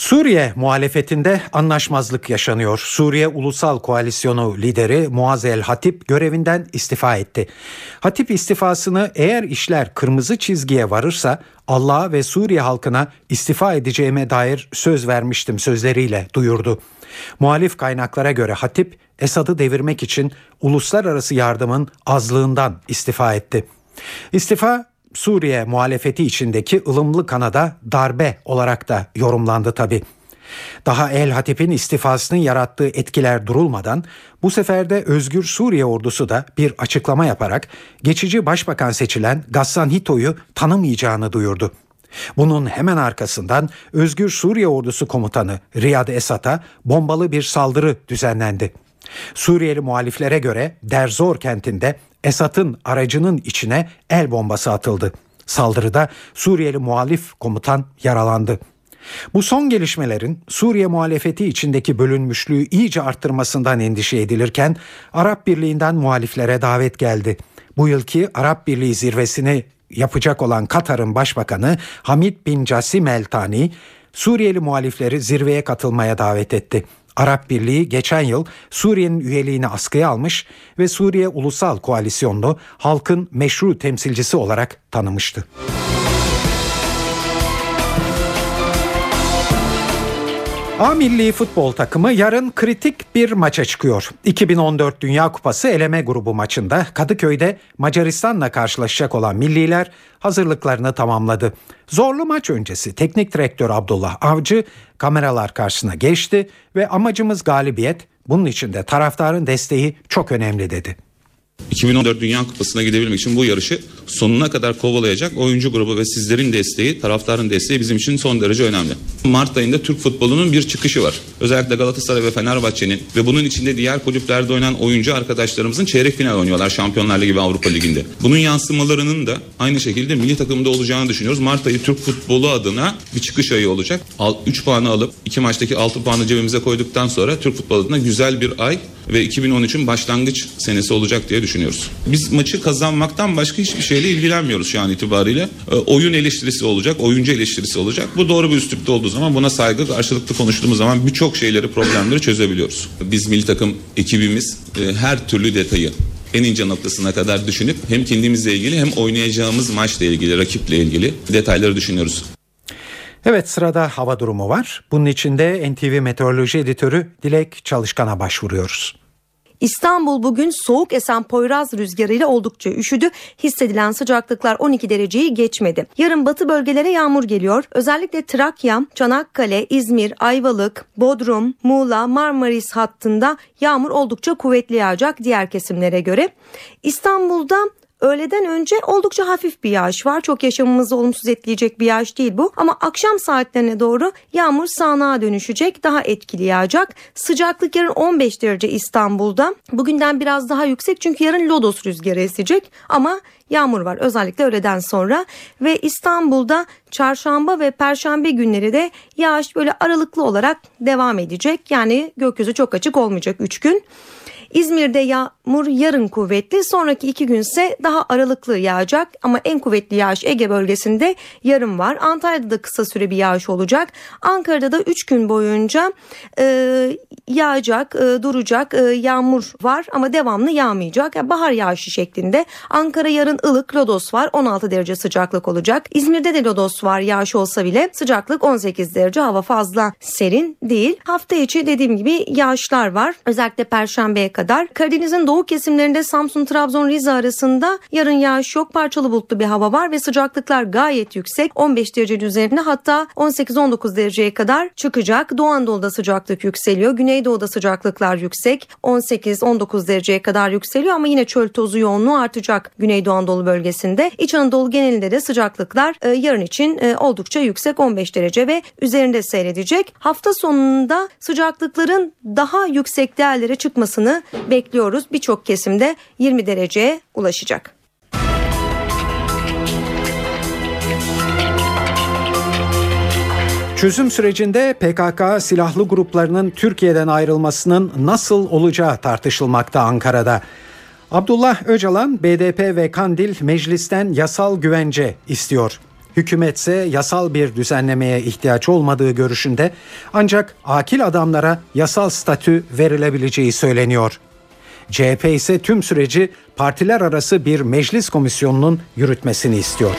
Suriye muhalefetinde anlaşmazlık yaşanıyor. Suriye Ulusal Koalisyonu lideri Muaz El Hatip görevinden istifa etti. Hatip istifasını eğer işler kırmızı çizgiye varırsa Allah'a ve Suriye halkına istifa edeceğime dair söz vermiştim sözleriyle duyurdu. Muhalif kaynaklara göre Hatip Esad'ı devirmek için uluslararası yardımın azlığından istifa etti. İstifa Suriye muhalefeti içindeki ılımlı kanada darbe olarak da yorumlandı tabii. Daha El Hatip'in istifasının yarattığı etkiler durulmadan bu sefer de Özgür Suriye ordusu da bir açıklama yaparak geçici başbakan seçilen Gassan Hito'yu tanımayacağını duyurdu. Bunun hemen arkasından Özgür Suriye ordusu komutanı Riyad Esad'a bombalı bir saldırı düzenlendi. Suriyeli muhaliflere göre Derzor kentinde Esad'ın aracının içine el bombası atıldı. Saldırıda Suriyeli muhalif komutan yaralandı. Bu son gelişmelerin Suriye muhalefeti içindeki bölünmüşlüğü iyice arttırmasından endişe edilirken Arap Birliği'nden muhaliflere davet geldi. Bu yılki Arap Birliği zirvesini yapacak olan Katar'ın başbakanı Hamid bin Jassim El Thani, Suriyeli muhalifleri zirveye katılmaya davet etti. Arap Birliği geçen yıl Suriye'nin üyeliğini askıya almış ve Suriye Ulusal Koalisyonunu halkın meşru temsilcisi olarak tanımıştı. A milli futbol takımı yarın kritik bir maça çıkıyor. 2014 Dünya Kupası eleme grubu maçında Kadıköy'de Macaristan'la karşılaşacak olan milliler hazırlıklarını tamamladı. Zorlu maç öncesi teknik direktör Abdullah Avcı kameralar karşısına geçti ve amacımız galibiyet, bunun için de taraftarın desteği çok önemli dedi. 2014 Dünya Kupası'na gidebilmek için bu yarışı sonuna kadar kovalayacak oyuncu grubu ve sizlerin desteği, taraftarın desteği bizim için son derece önemli. Mart ayında Türk futbolunun bir çıkışı var. Özellikle Galatasaray ve Fenerbahçe'nin ve bunun içinde diğer kulüplerde oynayan oyuncu arkadaşlarımızın çeyrek final oynuyorlar Şampiyonlar Ligi ve Avrupa Ligi'nde. Bunun yansımalarının da aynı şekilde milli takımda olacağını düşünüyoruz. Mart ayı Türk futbolu adına bir çıkış ayı olacak. 3 puanı alıp 2 maçtaki 6 puanı cebimize koyduktan sonra Türk futbolu adına güzel bir ay ve 2013'ün başlangıç senesi olacak diye düşünüyoruz. Biz maçı kazanmaktan başka hiçbir şeyle ilgilenmiyoruz şu an itibariyle. Oyun eleştirisi olacak, oyuncu eleştirisi olacak. Bu doğru bir üslupta olduğu zaman, buna saygı, karşılıklı konuştuğumuz zaman birçok şeyleri, problemleri çözebiliyoruz. Biz milli takım ekibimiz her türlü detayı en ince noktasına kadar düşünüp hem kendimizle ilgili hem oynayacağımız maçla ilgili, rakiple ilgili detayları düşünüyoruz. Evet, sırada hava durumu var. Bunun için de NTV Meteoroloji Editörü Dilek Çalışkan'a başvuruyoruz. İstanbul bugün soğuk esen Poyraz rüzgarıyla oldukça üşüdü. Hissedilen sıcaklıklar 12 dereceyi geçmedi. Yarın batı bölgelere yağmur geliyor. Özellikle Trakya, Çanakkale, İzmir, Ayvalık, Bodrum, Muğla, Marmaris hattında yağmur oldukça kuvvetli yağacak diğer kesimlere göre. İstanbul'da öğleden önce oldukça hafif bir yağış var. Çok yaşamımızı olumsuz etkileyecek bir yağış değil bu. Ama akşam saatlerine doğru yağmur sağanağa dönüşecek. Daha etkili yağacak. Sıcaklık yarın 15 derece İstanbul'da. Bugünden biraz daha yüksek çünkü yarın lodos rüzgarı esecek. Ama yağmur var özellikle öğleden sonra. Ve İstanbul'da çarşamba ve perşembe günleri de yağış böyle aralıklı olarak devam edecek. Yani gökyüzü çok açık olmayacak 3 gün. İzmir'de yağmur yarın kuvvetli, sonraki 2 günse daha aralıklı yağacak ama en kuvvetli yağış Ege bölgesinde yarın var. Antalya'da da kısa süre bir yağış olacak. Ankara'da da 3 gün boyunca yağacak, duracak yağmur var ama devamlı yağmayacak. Yani bahar yağışı şeklinde. Ankara yarın ılık, lodos var, 16 derece sıcaklık olacak. İzmir'de de lodos var, yağış olsa bile sıcaklık 18 derece, hava fazla serin değil. Hafta içi dediğim gibi yağışlar var. Özellikle Perşembe'ye kadar. Karadeniz'in doğu kesimlerinde Samsun, Trabzon, Rize arasında yarın yağış yok. Parçalı bulutlu bir hava var ve sıcaklıklar gayet yüksek. 15 derecenin üzerinde, hatta 18-19 dereceye kadar çıkacak. Doğu Anadolu'da sıcaklık yükseliyor. Güneydoğu'da sıcaklıklar yüksek. 18-19 dereceye kadar yükseliyor ama yine çöl tozu yoğunluğu artacak Güneydoğu Anadolu bölgesinde. İç Anadolu genelinde de sıcaklıklar yarın için oldukça yüksek, 15 derece ve üzerinde seyredecek. Hafta sonunda sıcaklıkların daha yüksek değerlere çıkmasını bekliyoruz. Birçok kesimde 20 dereceye ulaşacak. Çözüm sürecinde PKK silahlı gruplarının Türkiye'den ayrılmasının nasıl olacağı tartışılmakta Ankara'da. Abdullah Öcalan, BDP ve Kandil meclisten yasal güvence istiyor. hükümetse yasal bir düzenlemeye ihtiyaç olmadığı görüşünde, ancak akil adamlara yasal statü verilebileceği söyleniyor. CHP ise tüm süreci partiler arası bir meclis komisyonunun yürütmesini istiyor.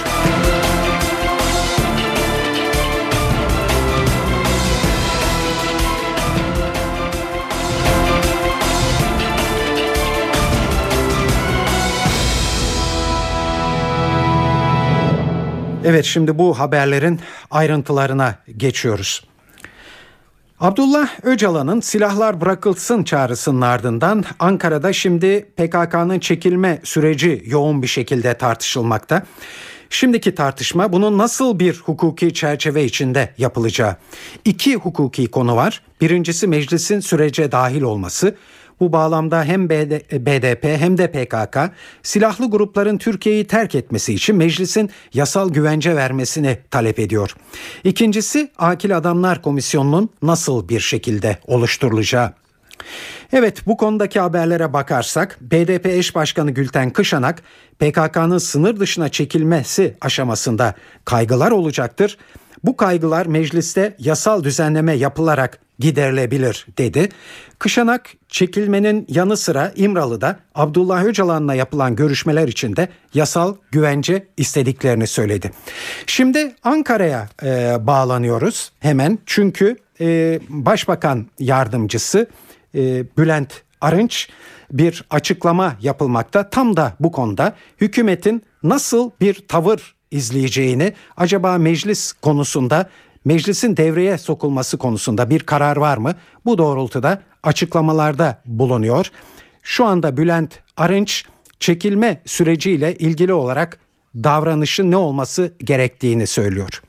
Evet, şimdi bu haberlerin ayrıntılarına geçiyoruz. Abdullah Öcalan'ın silahlar bırakılsın çağrısının ardından Ankara'da şimdi PKK'nın çekilme süreci yoğun bir şekilde tartışılmakta. Şimdiki tartışma bunun nasıl bir hukuki çerçeve içinde yapılacağı. İki hukuki konu var. Birincisi meclisin sürece dahil olması. Bu bağlamda hem BDP hem de PKK silahlı grupların Türkiye'yi terk etmesi için meclisin yasal güvence vermesini talep ediyor. İkincisi Akil Adamlar Komisyonu'nun nasıl bir şekilde oluşturulacağı. Evet, bu konudaki haberlere bakarsak BDP eş başkanı Gülten Kışanak PKK'nın sınır dışına çekilmesi aşamasında kaygılar olacaktır. Bu kaygılar mecliste yasal düzenleme yapılarak giderilebilir dedi. Kışanak çekilmenin yanı sıra İmralı'da Abdullah Öcalan'la yapılan görüşmeler için de yasal güvence istediklerini söyledi. Şimdi Ankara'ya bağlanıyoruz hemen, çünkü Başbakan Yardımcısı Bülent Arınç bir açıklama yapılmakta. Tam da bu konuda hükümetin nasıl bir tavır izleyeceğini, acaba meclis konusunda, meclisin devreye sokulması konusunda bir karar var mı? Bu doğrultuda açıklamalarda bulunuyor. Şu anda Bülent Arınç çekilme süreciyle ilgili olarak davranışın ne olması gerektiğini söylüyor.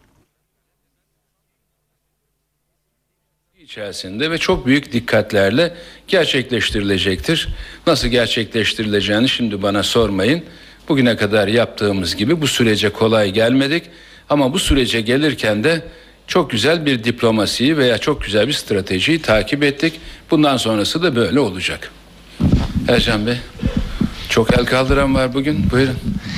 İçerisinde ve çok büyük dikkatlerle gerçekleştirilecektir. Nasıl gerçekleştirileceğini şimdi bana sormayın. Bugüne kadar yaptığımız gibi bu sürece kolay gelmedik, ama bu sürece gelirken de çok güzel bir diplomasiyi veya çok güzel bir stratejiyi takip ettik. Bundan sonrası da böyle olacak. Ercan Bey, çok el kaldıran var bugün. Buyurun.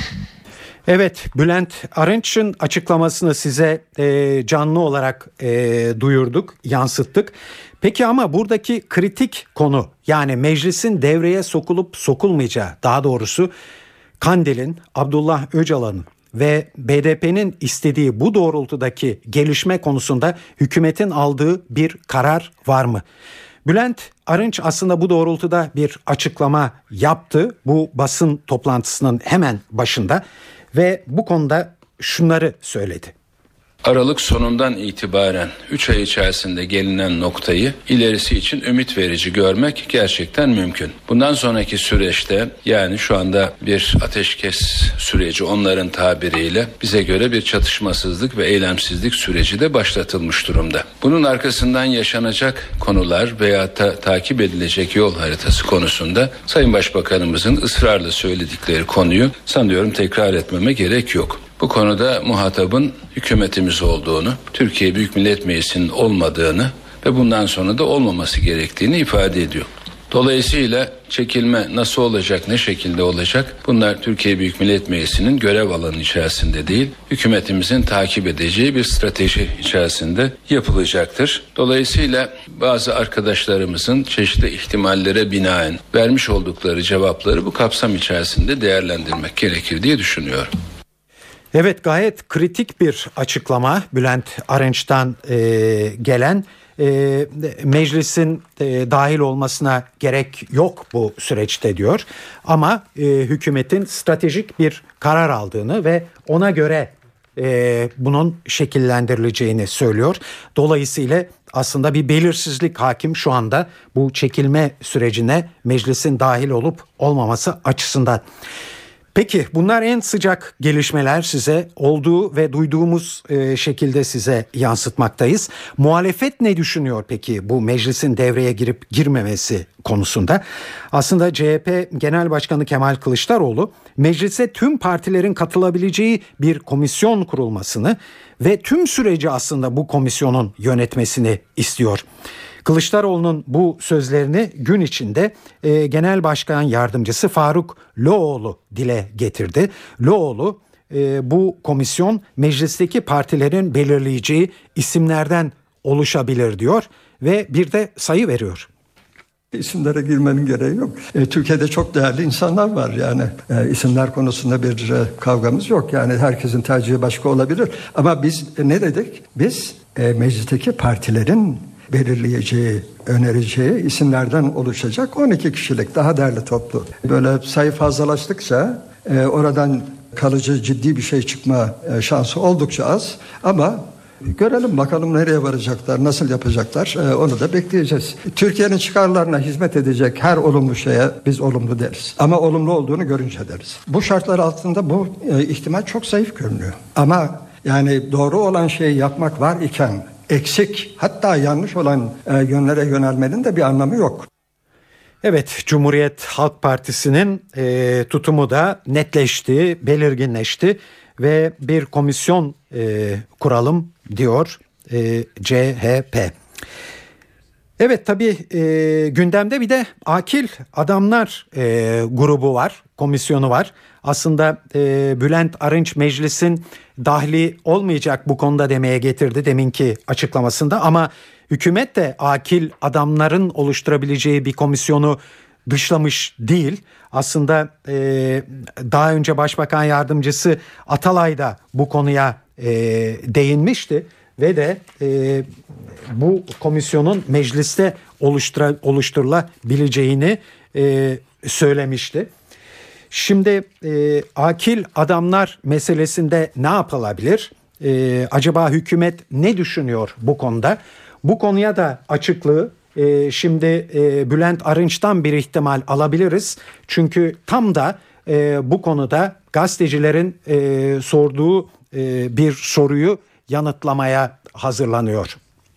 Evet, Bülent Arınç'ın açıklamasını size canlı olarak duyurduk, yansıttık. Peki ama buradaki kritik konu, yani meclisin devreye sokulup sokulmayacağı, daha doğrusu Kandil'in, Abdullah Öcalan'ın ve BDP'nin istediği bu doğrultudaki gelişme konusunda hükümetin aldığı bir karar var mı? Bülent Arınç aslında bu doğrultuda bir açıklama yaptı bu basın toplantısının hemen başında ve bu konuda şunları söyledi. Aralık sonundan itibaren 3 ay içerisinde gelinen noktayı ilerisi için ümit verici görmek gerçekten mümkün. Bundan sonraki süreçte, yani şu anda bir ateşkes süreci onların tabiriyle, bize göre bir çatışmasızlık ve eylemsizlik süreci de başlatılmış durumda. Bunun arkasından yaşanacak konular veya takip edilecek yol haritası konusunda Sayın Başbakanımızın ısrarla söyledikleri konuyu sanıyorum tekrar etmeme gerek yok. Bu konuda muhatabın hükümetimiz olduğunu, Türkiye Büyük Millet Meclisi'nin olmadığını ve bundan sonra da olmaması gerektiğini ifade ediyor. Dolayısıyla çekilme nasıl olacak, ne şekilde olacak? Bunlar Türkiye Büyük Millet Meclisi'nin görev alanı içerisinde değil, hükümetimizin takip edeceği bir strateji içerisinde yapılacaktır. Dolayısıyla bazı arkadaşlarımızın çeşitli ihtimallere binaen vermiş oldukları cevapları bu kapsam içerisinde değerlendirmek gerekir diye düşünüyorum. Evet, gayet kritik bir açıklama Bülent Arınç'tan gelen. Meclisin dahil olmasına gerek yok bu süreçte diyor. Ama hükümetin stratejik bir karar aldığını ve ona göre bunun şekillendirileceğini söylüyor. Dolayısıyla aslında bir belirsizlik hakim şu anda bu çekilme sürecine meclisin dahil olup olmaması açısından. Peki bunlar en sıcak gelişmeler, size olduğu ve duyduğumuz şekilde size yansıtmaktayız. Muhalefet ne düşünüyor peki bu meclisin devreye girip girmemesi konusunda? Aslında CHP Genel Başkanı Kemal Kılıçdaroğlu meclise tüm partilerin katılabileceği bir komisyon kurulmasını ve tüm süreci aslında bu komisyonun yönetmesini istiyor. Kılıçdaroğlu'nun bu sözlerini gün içinde Genel Başkan Yardımcısı Faruk Loğlu dile getirdi. Loğlu bu komisyon meclisteki partilerin belirleyeceği isimlerden oluşabilir diyor ve bir de sayı veriyor. İsimlere girmenin gereği yok. Türkiye'de çok değerli insanlar var yani. İsimler konusunda bir kavgamız yok. Yani herkesin tercihi başka olabilir. Ama biz ne dedik? Biz meclisteki partilerin belirleyeceği, önereceği isimlerden oluşacak 12 kişilik daha değerli toplu. Böyle sayı fazlalaştıkça oradan kalıcı ciddi bir şey çıkma şansı oldukça az. Ama görelim bakalım nereye varacaklar, nasıl yapacaklar, onu da bekleyeceğiz. Türkiye'nin çıkarlarına hizmet edecek her olumlu şeye biz olumlu deriz. Ama olumlu olduğunu görünce deriz. Bu şartlar altında bu ihtimal çok zayıf görünüyor. Ama yani doğru olan şeyi yapmak var iken eksik, hatta yanlış olan yönlere yönelmenin de bir anlamı yok. Evet, Cumhuriyet Halk Partisi'nin tutumu da netleşti, belirginleşti ve bir komisyon kuralım diyor CHP. Evet, tabii gündemde bir de Akil Adamlar grubu var, komisyonu var. Aslında Bülent Arınç meclisin dahli olmayacak bu konuda demeye getirdi deminki açıklamasında, ama hükümet de akil adamların oluşturabileceği bir komisyonu dışlamış değil. Aslında daha önce Başbakan Yardımcısı Atalay da bu konuya değinmişti ve de bu komisyonun mecliste oluşturulabileceğini söylemişti. Şimdi akil adamlar meselesinde ne yapılabilir? Acaba hükümet ne düşünüyor bu konuda? Bu konuya da açıklığı şimdi Bülent Arınç'tan bir ihtimal alabiliriz. Çünkü tam da bu konuda gazetecilerin sorduğu bir soruyu yanıtlamaya hazırlanıyor.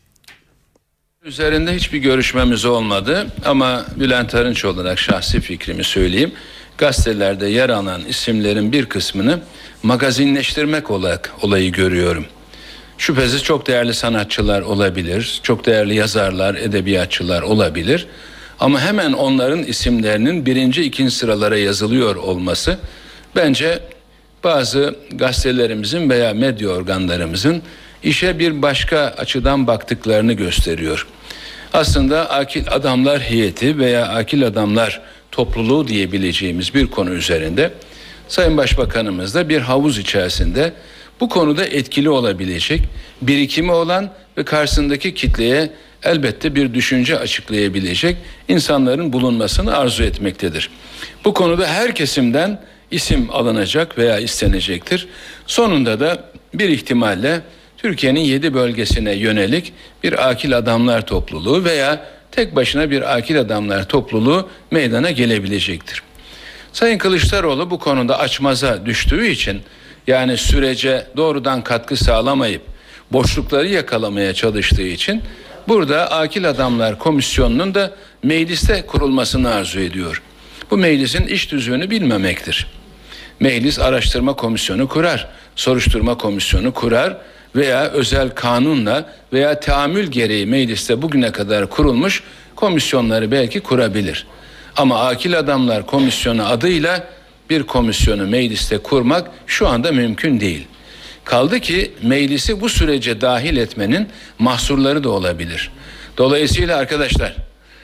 Üzerinde hiçbir görüşmemiz olmadı ama Bülent Arınç olarak şahsi fikrimi söyleyeyim. Gazetelerde yer alan isimlerin bir kısmını magazinleştirmek olarak olayı görüyorum. Şüphesiz çok değerli sanatçılar olabilir, çok değerli yazarlar, edebiyatçılar olabilir. Ama hemen onların isimlerinin birinci, ikinci sıralara yazılıyor olması bence bazı gazetelerimizin veya medya organlarımızın işe bir başka açıdan baktıklarını gösteriyor. Aslında akil adamlar heyeti veya akil adamlar topluluğu diyebileceğimiz bir konu üzerinde Sayın Başbakanımız da bir havuz içerisinde bu konuda etkili olabilecek, birikimi olan ve karşısındaki kitleye elbette bir düşünce açıklayabilecek insanların bulunmasını arzu etmektedir. Bu konuda her kesimden isim alınacak veya istenecektir. Sonunda da bir ihtimalle Türkiye'nin 7 bölgesine yönelik bir akil adamlar topluluğu veya tek başına bir akil adamlar topluluğu meydana gelebilecektir. Sayın Kılıçdaroğlu bu konuda açmaza düştüğü için, yani sürece doğrudan katkı sağlamayıp boşlukları yakalamaya çalıştığı için burada Akil Adamlar Komisyonu'nun da mecliste kurulmasını arzu ediyor. Bu meclisin iş tüzüğünü bilmemektir. Meclis araştırma komisyonu kurar, soruşturma komisyonu kurar veya özel kanunla veya teamül gereği mecliste bugüne kadar kurulmuş komisyonları belki kurabilir. Ama Akil Adamlar Komisyonu adıyla bir komisyonu mecliste kurmak şu anda mümkün değil. Kaldı ki meclisi bu sürece dahil etmenin mahsurları da olabilir. Dolayısıyla arkadaşlar,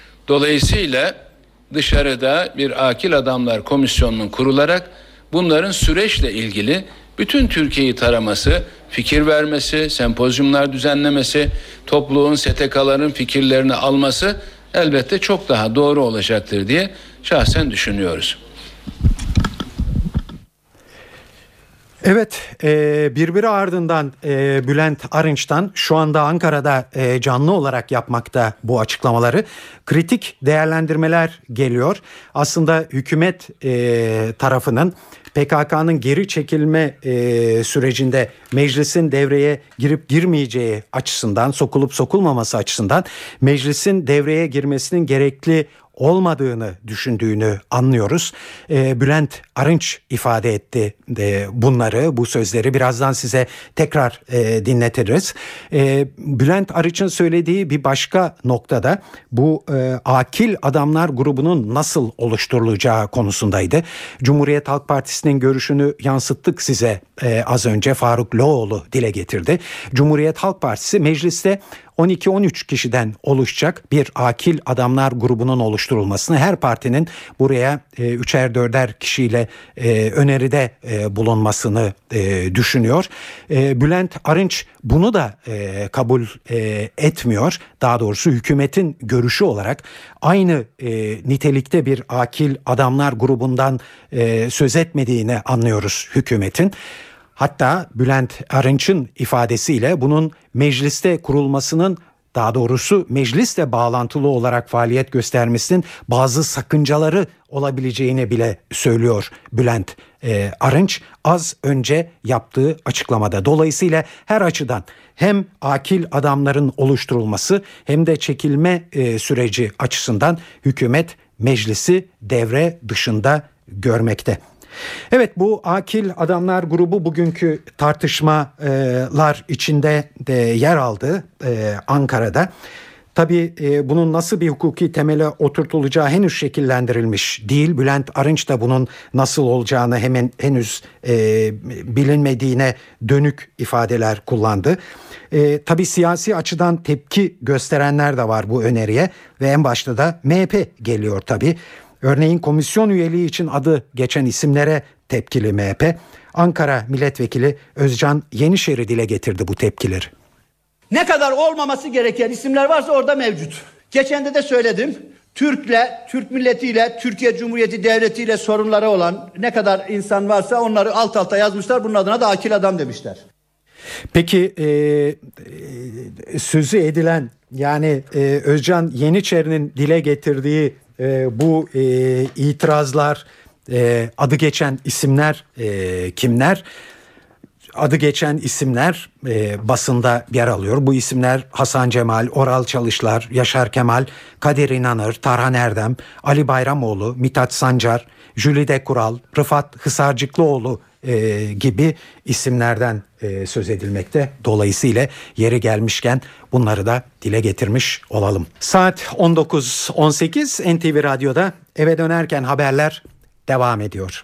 dışarıda bir Akil Adamlar Komisyonu'nun kurularak bunların süreçle ilgili bütün Türkiye'yi taraması, fikir vermesi, sempozyumlar düzenlemesi, topluluğun, STK'ların fikirlerini alması elbette çok daha doğru olacaktır diye şahsen düşünüyoruz. Evet, birbiri ardından Bülent Arınç'tan şu anda Ankara'da canlı olarak yapmakta bu açıklamaları. Kritik değerlendirmeler geliyor. Aslında hükümet tarafının PKK'nın geri çekilme sürecinde meclisin devreye girip girmeyeceği açısından, sokulup sokulmaması açısından meclisin devreye girmesinin gerekli olmadığını düşündüğünü anlıyoruz. Bülent Arınç ifade etti bunları, bu sözleri birazdan size tekrar dinletiriz. Bülent Arınç'ın söylediği bir başka noktada bu akil adamlar grubunun nasıl oluşturulacağı konusundaydı. Cumhuriyet Halk Partisi'nin görüşünü yansıttık size az önce. Faruk Loğlu dile getirdi. Cumhuriyet Halk Partisi mecliste 12-13 kişiden oluşacak bir akil adamlar grubunun oluşturulmasını, her partinin buraya 3'er 4'er kişiyle öneride bulunmasını düşünüyor. Bülent Arınç bunu da kabul etmiyor. Daha doğrusu hükümetin görüşü olarak aynı nitelikte bir akil adamlar grubundan söz etmediğini anlıyoruz hükümetin. Hatta Bülent Arınç'ın ifadesiyle bunun mecliste kurulmasının, daha doğrusu meclisle bağlantılı olarak faaliyet göstermesinin bazı sakıncaları olabileceğini bile söylüyor Bülent Arınç az önce yaptığı açıklamada. Dolayısıyla her açıdan hem akil adamların oluşturulması hem de çekilme süreci açısından hükümet meclisi devre dışında görmekte. Evet, bu akil adamlar grubu bugünkü tartışmalar içinde de yer aldı Ankara'da. Tabii bunun nasıl bir hukuki temele oturtulacağı henüz şekillendirilmiş değil. Bülent Arınç da bunun nasıl olacağını henüz bilinmediğine dönük ifadeler kullandı. Tabii siyasi açıdan tepki gösterenler de var bu öneriye ve en başta da MHP geliyor tabii. Örneğin komisyon üyeliği için adı geçen isimlere tepkili MHP. Ankara Milletvekili Özcan Yenişehir dile getirdi bu tepkileri. Ne kadar olmaması gereken isimler varsa orada mevcut. Geçen de söyledim. Türk milletiyle, Türkiye Cumhuriyeti Devleti'yle sorunları olan ne kadar insan varsa onları alt alta yazmışlar. Bunun adına da akil adam demişler. Peki sözü edilen, yani Özcan Yeniçeri'nin dile getirdiği bu itirazlar, adı geçen isimler kimler? Adı geçen isimler basında yer alıyor. Bu isimler Hasan Cemal, Oral Çalışlar, Yaşar Kemal, Kadir İnanır, Tarhan Erdem, Ali Bayramoğlu, Mithat Sancar, Jülide Kural, Rıfat Hısarcıklıoğlu gibi isimlerden söz edilmekte. Dolayısıyla yeri gelmişken bunları da dile getirmiş olalım. Saat 19.18 NTV Radyo'da eve dönerken haberler devam ediyor.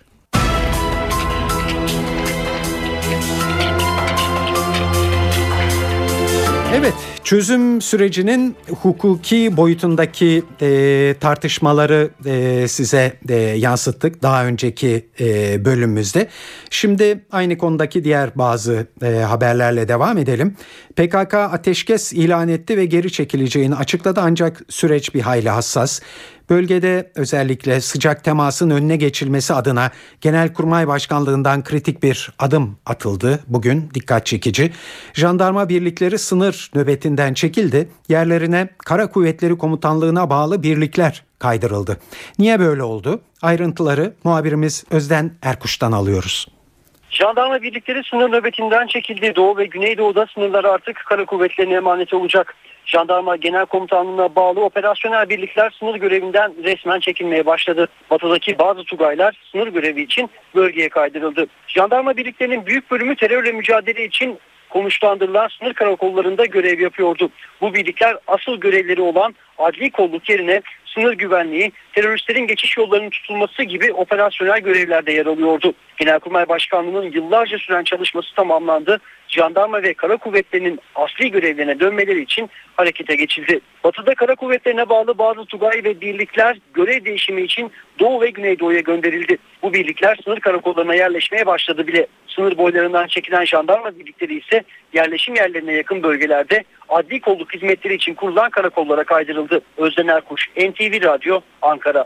Evet, çözüm sürecinin hukuki boyutundaki tartışmaları size yansıttık daha önceki bölümümüzde. Şimdi aynı konudaki diğer bazı haberlerle devam edelim. PKK ateşkes ilan etti ve geri çekileceğini açıkladı, ancak süreç bir hayli hassas. Bölgede özellikle sıcak temasın önüne geçilmesi adına Genelkurmay Başkanlığından kritik bir adım atıldı. Bugün dikkat çekici. Jandarma birlikleri sınır nöbetinden çekildi. Yerlerine Kara Kuvvetleri Komutanlığı'na bağlı birlikler kaydırıldı. Niye böyle oldu? Ayrıntıları muhabirimiz Özden Erkuş'tan alıyoruz. Jandarma birlikleri sınır nöbetinden çekildi. Doğu ve Güneydoğu'da sınırları artık Kara Kuvvetleri'ne emanet olacak. Jandarma Genel Komutanlığı'na bağlı operasyonel birlikler sınır görevinden resmen çekilmeye başladı. Batıdaki bazı tugaylar sınır görevi için bölgeye kaydırıldı. Jandarma birliklerinin büyük bölümü terörle mücadele için konuşlandırılan sınır karakollarında görev yapıyordu. Bu birlikler asıl görevleri olan adli kolluk yerine sınır güvenliği, teröristlerin geçiş yollarının tutulması gibi operasyonel görevlerde yer alıyordu. Genelkurmay Başkanlığı'nın yıllarca süren çalışması tamamlandı. Jandarma ve Kara Kuvvetleri'nin asli görevlerine dönmeleri için harekete geçildi. Batı'da Kara Kuvvetleri'ne bağlı bazı tugay ve birlikler görev değişimi için Doğu ve Güneydoğu'ya gönderildi. Bu birlikler sınır karakollarına yerleşmeye başladı bile. Sınır boylarından çekilen jandarma birlikleri ise yerleşim yerlerine yakın bölgelerde adli kolluk hizmetleri için kurulan karakollara kaydırıldı. Özden Erkuş, NTV Radyo, Ankara.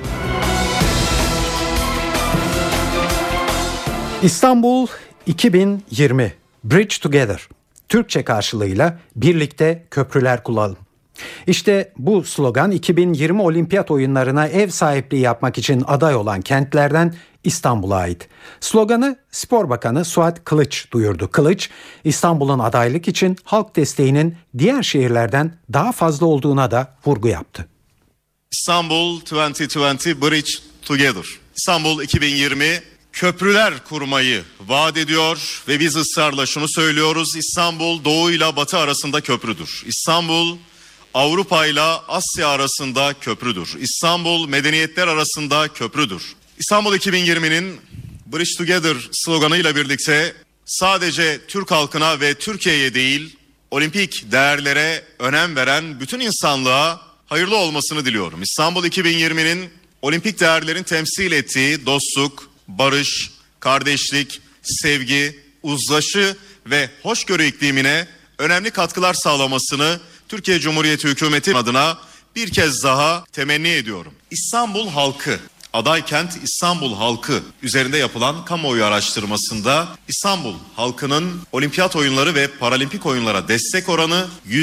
İstanbul 2020 Bridge Together, Türkçe karşılığıyla birlikte köprüler kuralım. İşte bu slogan 2020 Olimpiyat Oyunlarına ev sahipliği yapmak için aday olan kentlerden İstanbul'a ait. Sloganı Spor Bakanı Suat Kılıç duyurdu. Kılıç, İstanbul'un adaylık için halk desteğinin diğer şehirlerden daha fazla olduğuna da vurgu yaptı. İstanbul 2020 Bridge Together. İstanbul 2020 köprüler kurmayı vaat ediyor ve biz ısrarla şunu söylüyoruz. İstanbul Doğu ile Batı arasında köprüdür. İstanbul Avrupa ile Asya arasında köprüdür. İstanbul medeniyetler arasında köprüdür. İstanbul 2020'nin Bridge Together sloganıyla birlikte sadece Türk halkına ve Türkiye'ye değil, olimpik değerlere önem veren bütün insanlığa hayırlı olmasını diliyorum. İstanbul 2020'nin olimpik değerlerin temsil ettiği dostluk, barış, kardeşlik, sevgi, uzlaşı ve hoşgörü iklimine önemli katkılar sağlamasını Türkiye Cumhuriyeti Hükümeti adına bir kez daha temenni ediyorum. İstanbul halkı, aday kent İstanbul halkı üzerinde yapılan kamuoyu araştırmasında İstanbul halkının olimpiyat oyunları ve paralimpik oyunlara destek oranı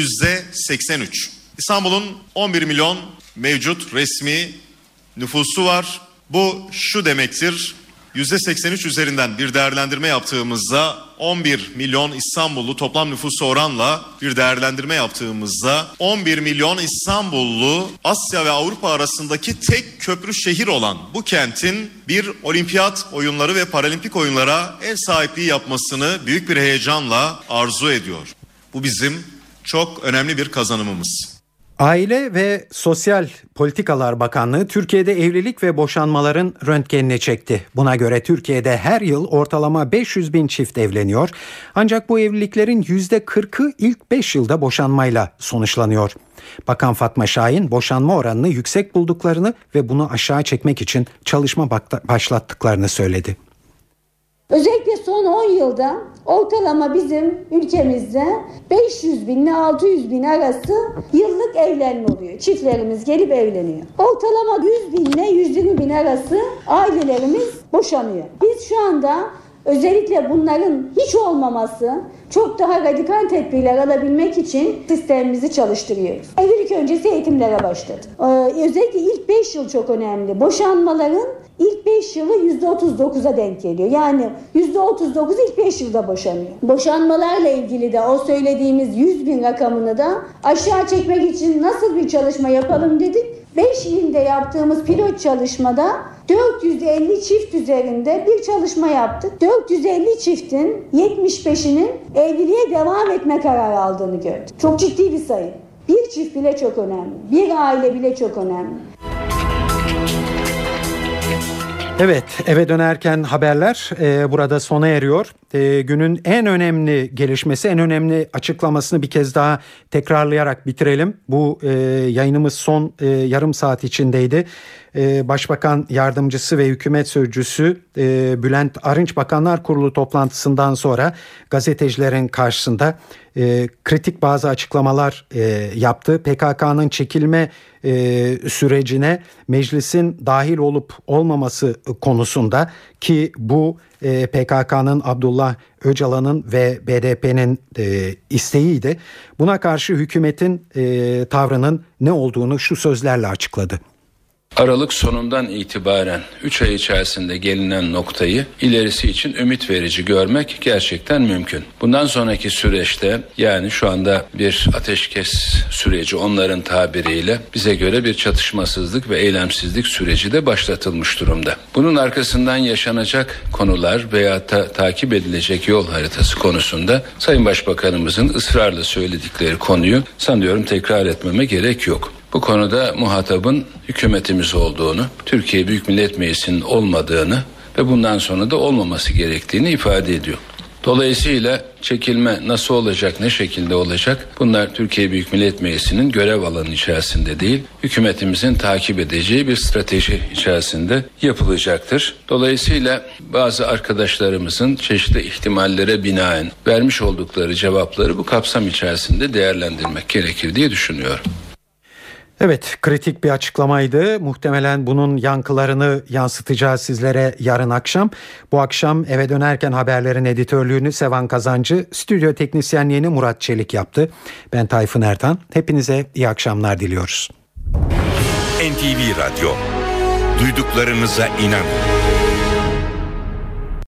%83. İstanbul'un 11 milyon mevcut resmi nüfusu var. Bu şu demektir: %83 üzerinden bir değerlendirme yaptığımızda 11 milyon İstanbullu toplam nüfusu oranla bir değerlendirme yaptığımızda 11 milyon İstanbullu Asya ve Avrupa arasındaki tek köprü şehir olan bu kentin bir olimpiyat oyunları ve paralimpik oyunlara ev sahipliği yapmasını büyük bir heyecanla arzu ediyor. Bu bizim çok önemli bir kazanımımız. Aile ve Sosyal Politikalar Bakanlığı Türkiye'de evlilik ve boşanmaların röntgenini çekti. Buna göre Türkiye'de her yıl ortalama 500 bin çift evleniyor. Ancak bu evliliklerin %40'ı ilk 5 yılda boşanmayla sonuçlanıyor. Bakan Fatma Şahin boşanma oranını yüksek bulduklarını ve bunu aşağı çekmek için çalışma başlattıklarını söyledi. Özellikle son 10 yılda ortalama bizim ülkemizde 500 bin ile 600 bin arası yıllık evlenme oluyor. Çiftlerimiz gelip evleniyor. Ortalama 100 bin ile 120 bin arası ailelerimiz boşanıyor. Biz şu anda özellikle bunların hiç olmaması, çok daha radikal tedbirler alabilmek için sistemimizi çalıştırıyoruz. Evlilik öncesi eğitimlere başladık. Özellikle ilk 5 yıl çok önemli. Boşanmaların ilk 5 yılı %39'a denk geliyor. Yani %39 ilk 5 yılda boşanıyor. Boşanmalarla ilgili de o söylediğimiz 100 bin rakamını da aşağı çekmek için nasıl bir çalışma yapalım dedik. 5 ilde yaptığımız pilot çalışmada 450 çift üzerinde bir çalışma yaptık. 450 çiftin 75'inin evliliğe devam etme kararı aldığını gördük. Çok ciddi bir sayı. Bir çift bile çok önemli. Bir aile bile çok önemli. Evet, eve dönerken haberler burada sona eriyor. Günün en önemli gelişmesi, en önemli açıklamasını bir kez daha tekrarlayarak bitirelim. Bu yayınımız son yarım saat içindeydi. Başbakan Yardımcısı ve Hükümet Sözcüsü Bülent Arınç Bakanlar Kurulu toplantısından sonra gazetecilerin karşısında kritik bazı açıklamalar yaptı. PKK'nın çekilme sürecine meclisin dahil olup olmaması konusunda, ki bu PKK'nın, Abdullah Öcalan'ın ve BDP'nin isteğiydi. Buna karşı hükümetin tavrının ne olduğunu şu sözlerle açıkladı. Aralık sonundan itibaren 3 ay içerisinde gelinen noktayı ilerisi için ümit verici görmek gerçekten mümkün. Bundan sonraki süreçte, yani şu anda bir ateşkes süreci onların tabiriyle, bize göre bir çatışmasızlık ve eylemsizlik süreci de başlatılmış durumda. Bunun arkasından yaşanacak konular veya takip edilecek yol haritası konusunda Sayın Başbakanımızın ısrarla söyledikleri konuyu sanıyorum tekrar etmeme gerek yok. Bu konuda muhatabın hükümetimiz olduğunu, Türkiye Büyük Millet Meclisi'nin olmadığını ve bundan sonra da olmaması gerektiğini ifade ediyor. Dolayısıyla çekilme nasıl olacak, ne şekilde olacak? Bunlar Türkiye Büyük Millet Meclisi'nin görev alanı içerisinde değil, hükümetimizin takip edeceği bir strateji içerisinde yapılacaktır. Dolayısıyla bazı arkadaşlarımızın çeşitli ihtimallere binaen vermiş oldukları cevapları bu kapsam içerisinde değerlendirmek gerekir diye düşünüyorum. Evet, kritik bir açıklamaydı. Muhtemelen bunun yankılarını yansıtacağız sizlere yarın akşam. Bu akşam eve dönerken haberlerin editörlüğünü Sevan Kazancı, stüdyo teknisyenliğini Murat Çelik yaptı. Ben Tayfun Ertan. Hepinize iyi akşamlar diliyoruz. NTV Radyo. Duyduklarınıza inanın.